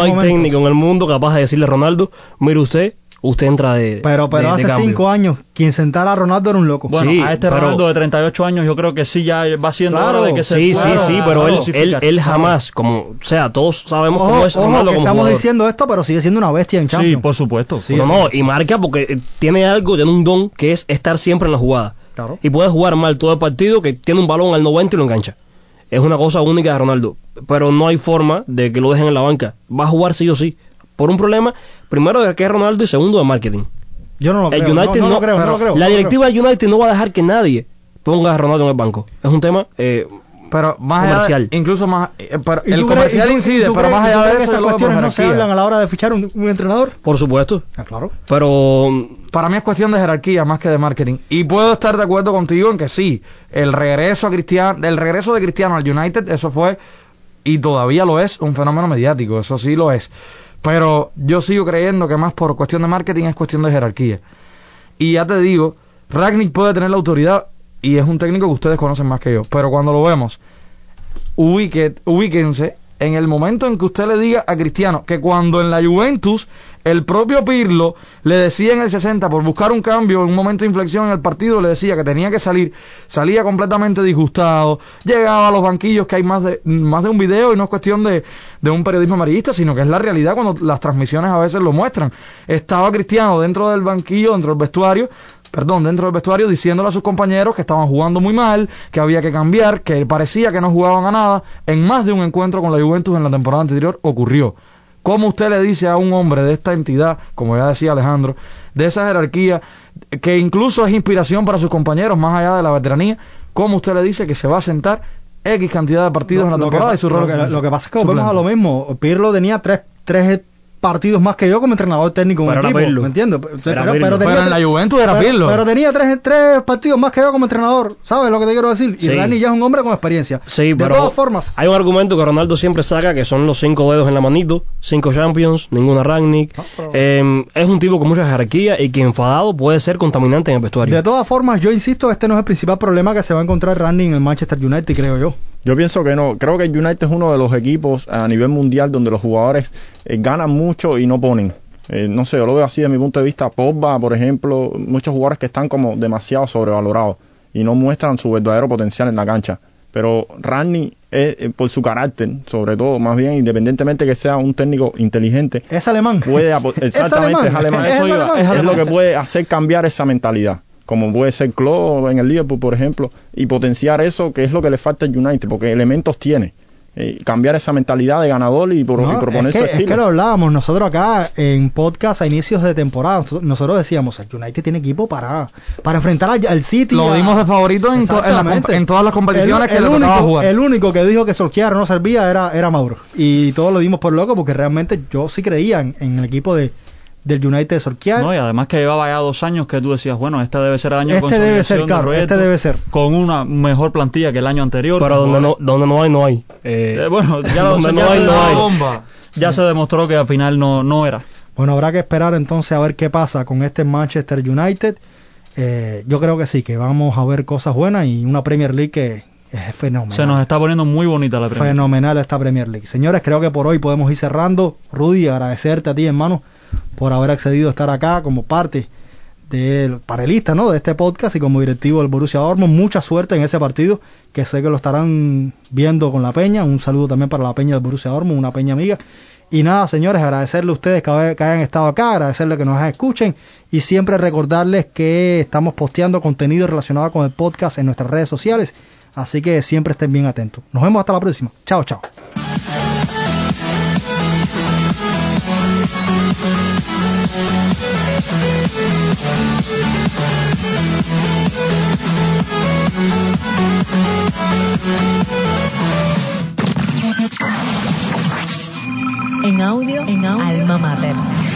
en el mundo capaz de decirle a Ronaldo, mire usted entra de Pero hace cambio. 5 años, quien sentara a Ronaldo era un loco. Bueno, Sí, a este pero- Ronaldo de 38 años yo creo que sí ya va siendo Claro, hora de que se Sí, pueda pero dosificar. él jamás, todos sabemos cómo es Ojo, Ronaldo que como estamos jugador. diciendo esto, pero sigue siendo una bestia en Sí, Champions. por supuesto. Y marca porque tiene un don que es estar siempre en la jugada. Claro. Y puede jugar mal todo el partido, que tiene un balón al 90 y lo engancha. Es una cosa única de Ronaldo. Pero no hay forma de que lo dejen en la banca. Va a jugar sí o sí. Por un problema, primero de que es Ronaldo y segundo de marketing. Yo no lo El creo. United no lo creo. La directiva del United no va a dejar que nadie ponga a Ronaldo en el banco. Es un tema Pero más comercial. allá, incluso más, pero ¿Y el tú comercial crees- incide, tú pero crees- más tú allá de crees que eso, esas yo lo veo por cuestiones no se jerarquía. hablan a la hora de fichar un entrenador? por supuesto. Ah, claro. Pero Para mí es cuestión de jerarquía más que de marketing. Y puedo estar de acuerdo contigo en que sí, el regreso de Cristiano al United, eso fue, y todavía lo es, un fenómeno mediático, eso sí lo es. Pero yo sigo creyendo que más por cuestión de marketing es cuestión de jerarquía. Y ya te digo, Rangnick puede tener la autoridad y es un técnico que ustedes conocen más que yo. Pero cuando lo vemos, ubíquense en el momento en que usted le diga a Cristiano que cuando en la Juventus el propio Pirlo le decía en el 60 por buscar un cambio en un momento de inflexión en el partido, le decía que tenía que salir, salía completamente disgustado, llegaba a los banquillos, que hay más de un video y no es cuestión de un periodismo amarillista, sino que es la realidad cuando las transmisiones a veces lo muestran. Estaba Cristiano dentro del banquillo, dentro del vestuario diciéndole a sus compañeros que estaban jugando muy mal, que había que cambiar, que parecía que no jugaban a nada. En más de un encuentro con la Juventus en la temporada anterior ocurrió. ¿Cómo usted le dice a un hombre de esta entidad, como ya decía Alejandro, de esa jerarquía, que incluso es inspiración para sus compañeros más allá de la veteranía, cómo usted le dice que se va a sentar X cantidad de partidos en la temporada y su rol? Lo que pasa es que volvemos a lo mismo. Pirlo tenía tres partidos más que yo como entrenador técnico en Pero un era equipo, Pirlo. ¿me entiendes? Era Pirlo. tenía Pero en la Juventus era Pirlo. Pero tenía tres partidos más que yo como entrenador, ¿sabes lo que te quiero decir? Y Sí. Rani ya es un hombre con experiencia. sí, De pero todas formas, hay un argumento que Ronaldo siempre saca, que son los 5 dedos en la manito, 5 Champions, ninguna Rangnick. Es un tipo con mucha jerarquía y que enfadado puede ser contaminante en el vestuario. de todas formas, yo insisto, este no es el principal problema que se va a encontrar Rani en el Manchester United, creo yo. Yo pienso que no. Creo que el United es uno de los equipos a nivel mundial donde los jugadores ganan mucho y no ponen. No sé, yo lo veo así desde mi punto de vista. Pogba, por ejemplo, muchos jugadores que están como demasiado sobrevalorados y no muestran su verdadero potencial en la cancha. Pero Rangnick, por su carácter, sobre todo, más bien, independientemente que sea un técnico inteligente, Es alemán. puede exactamente, es alemán. Es alemán. Es lo que puede hacer cambiar esa mentalidad, como puede ser Klopp en el Liverpool, por ejemplo, y potenciar eso, que es lo que le falta al United, porque elementos tiene. Cambiar esa mentalidad de ganador y proponer su Es estilo. que lo hablábamos nosotros acá en podcast a inicios de temporada. Nosotros decíamos, el United tiene equipo para enfrentar al City. Lo dimos de favorito en todas las competiciones que le tocaba jugar. El único que dijo que Solskjaer no servía era Mauro. Y todos lo dimos por loco porque realmente yo sí creía en el equipo del United de Solskjaer. No, y además que llevaba ya 2 años que tú decías, bueno, este debe ser el año de Este debe ser, consolidación claro, de Roberto, este debe ser. con una mejor plantilla que el año anterior. Pero donde no hay, no hay. Bueno, ya donde no hay, no hay. Ya se demostró que al final no era. Bueno, habrá que esperar entonces a ver qué pasa con este Manchester United. Yo creo que sí, que vamos a ver cosas buenas y una Premier League que es fenomenal. Se nos está poniendo muy bonita la Premier. Fenomenal esta Premier League. Señores, creo que por hoy podemos ir cerrando. Rudy, agradecerte a ti, hermano, por haber accedido a estar acá como parte panelista, ¿no?, de este podcast y como directivo del Borussia Dortmund. Mucha suerte en ese partido, que sé que lo estarán viendo con la Peña. Un saludo también para la Peña del Borussia Dortmund, una Peña amiga. Y nada, señores, agradecerle a ustedes que hayan estado acá, agradecerles que nos escuchen y siempre recordarles que estamos posteando contenido relacionado con el podcast en nuestras redes sociales, así que siempre estén bien atentos. Nos vemos hasta la próxima. Chao, chao. En audio, Alma Mater.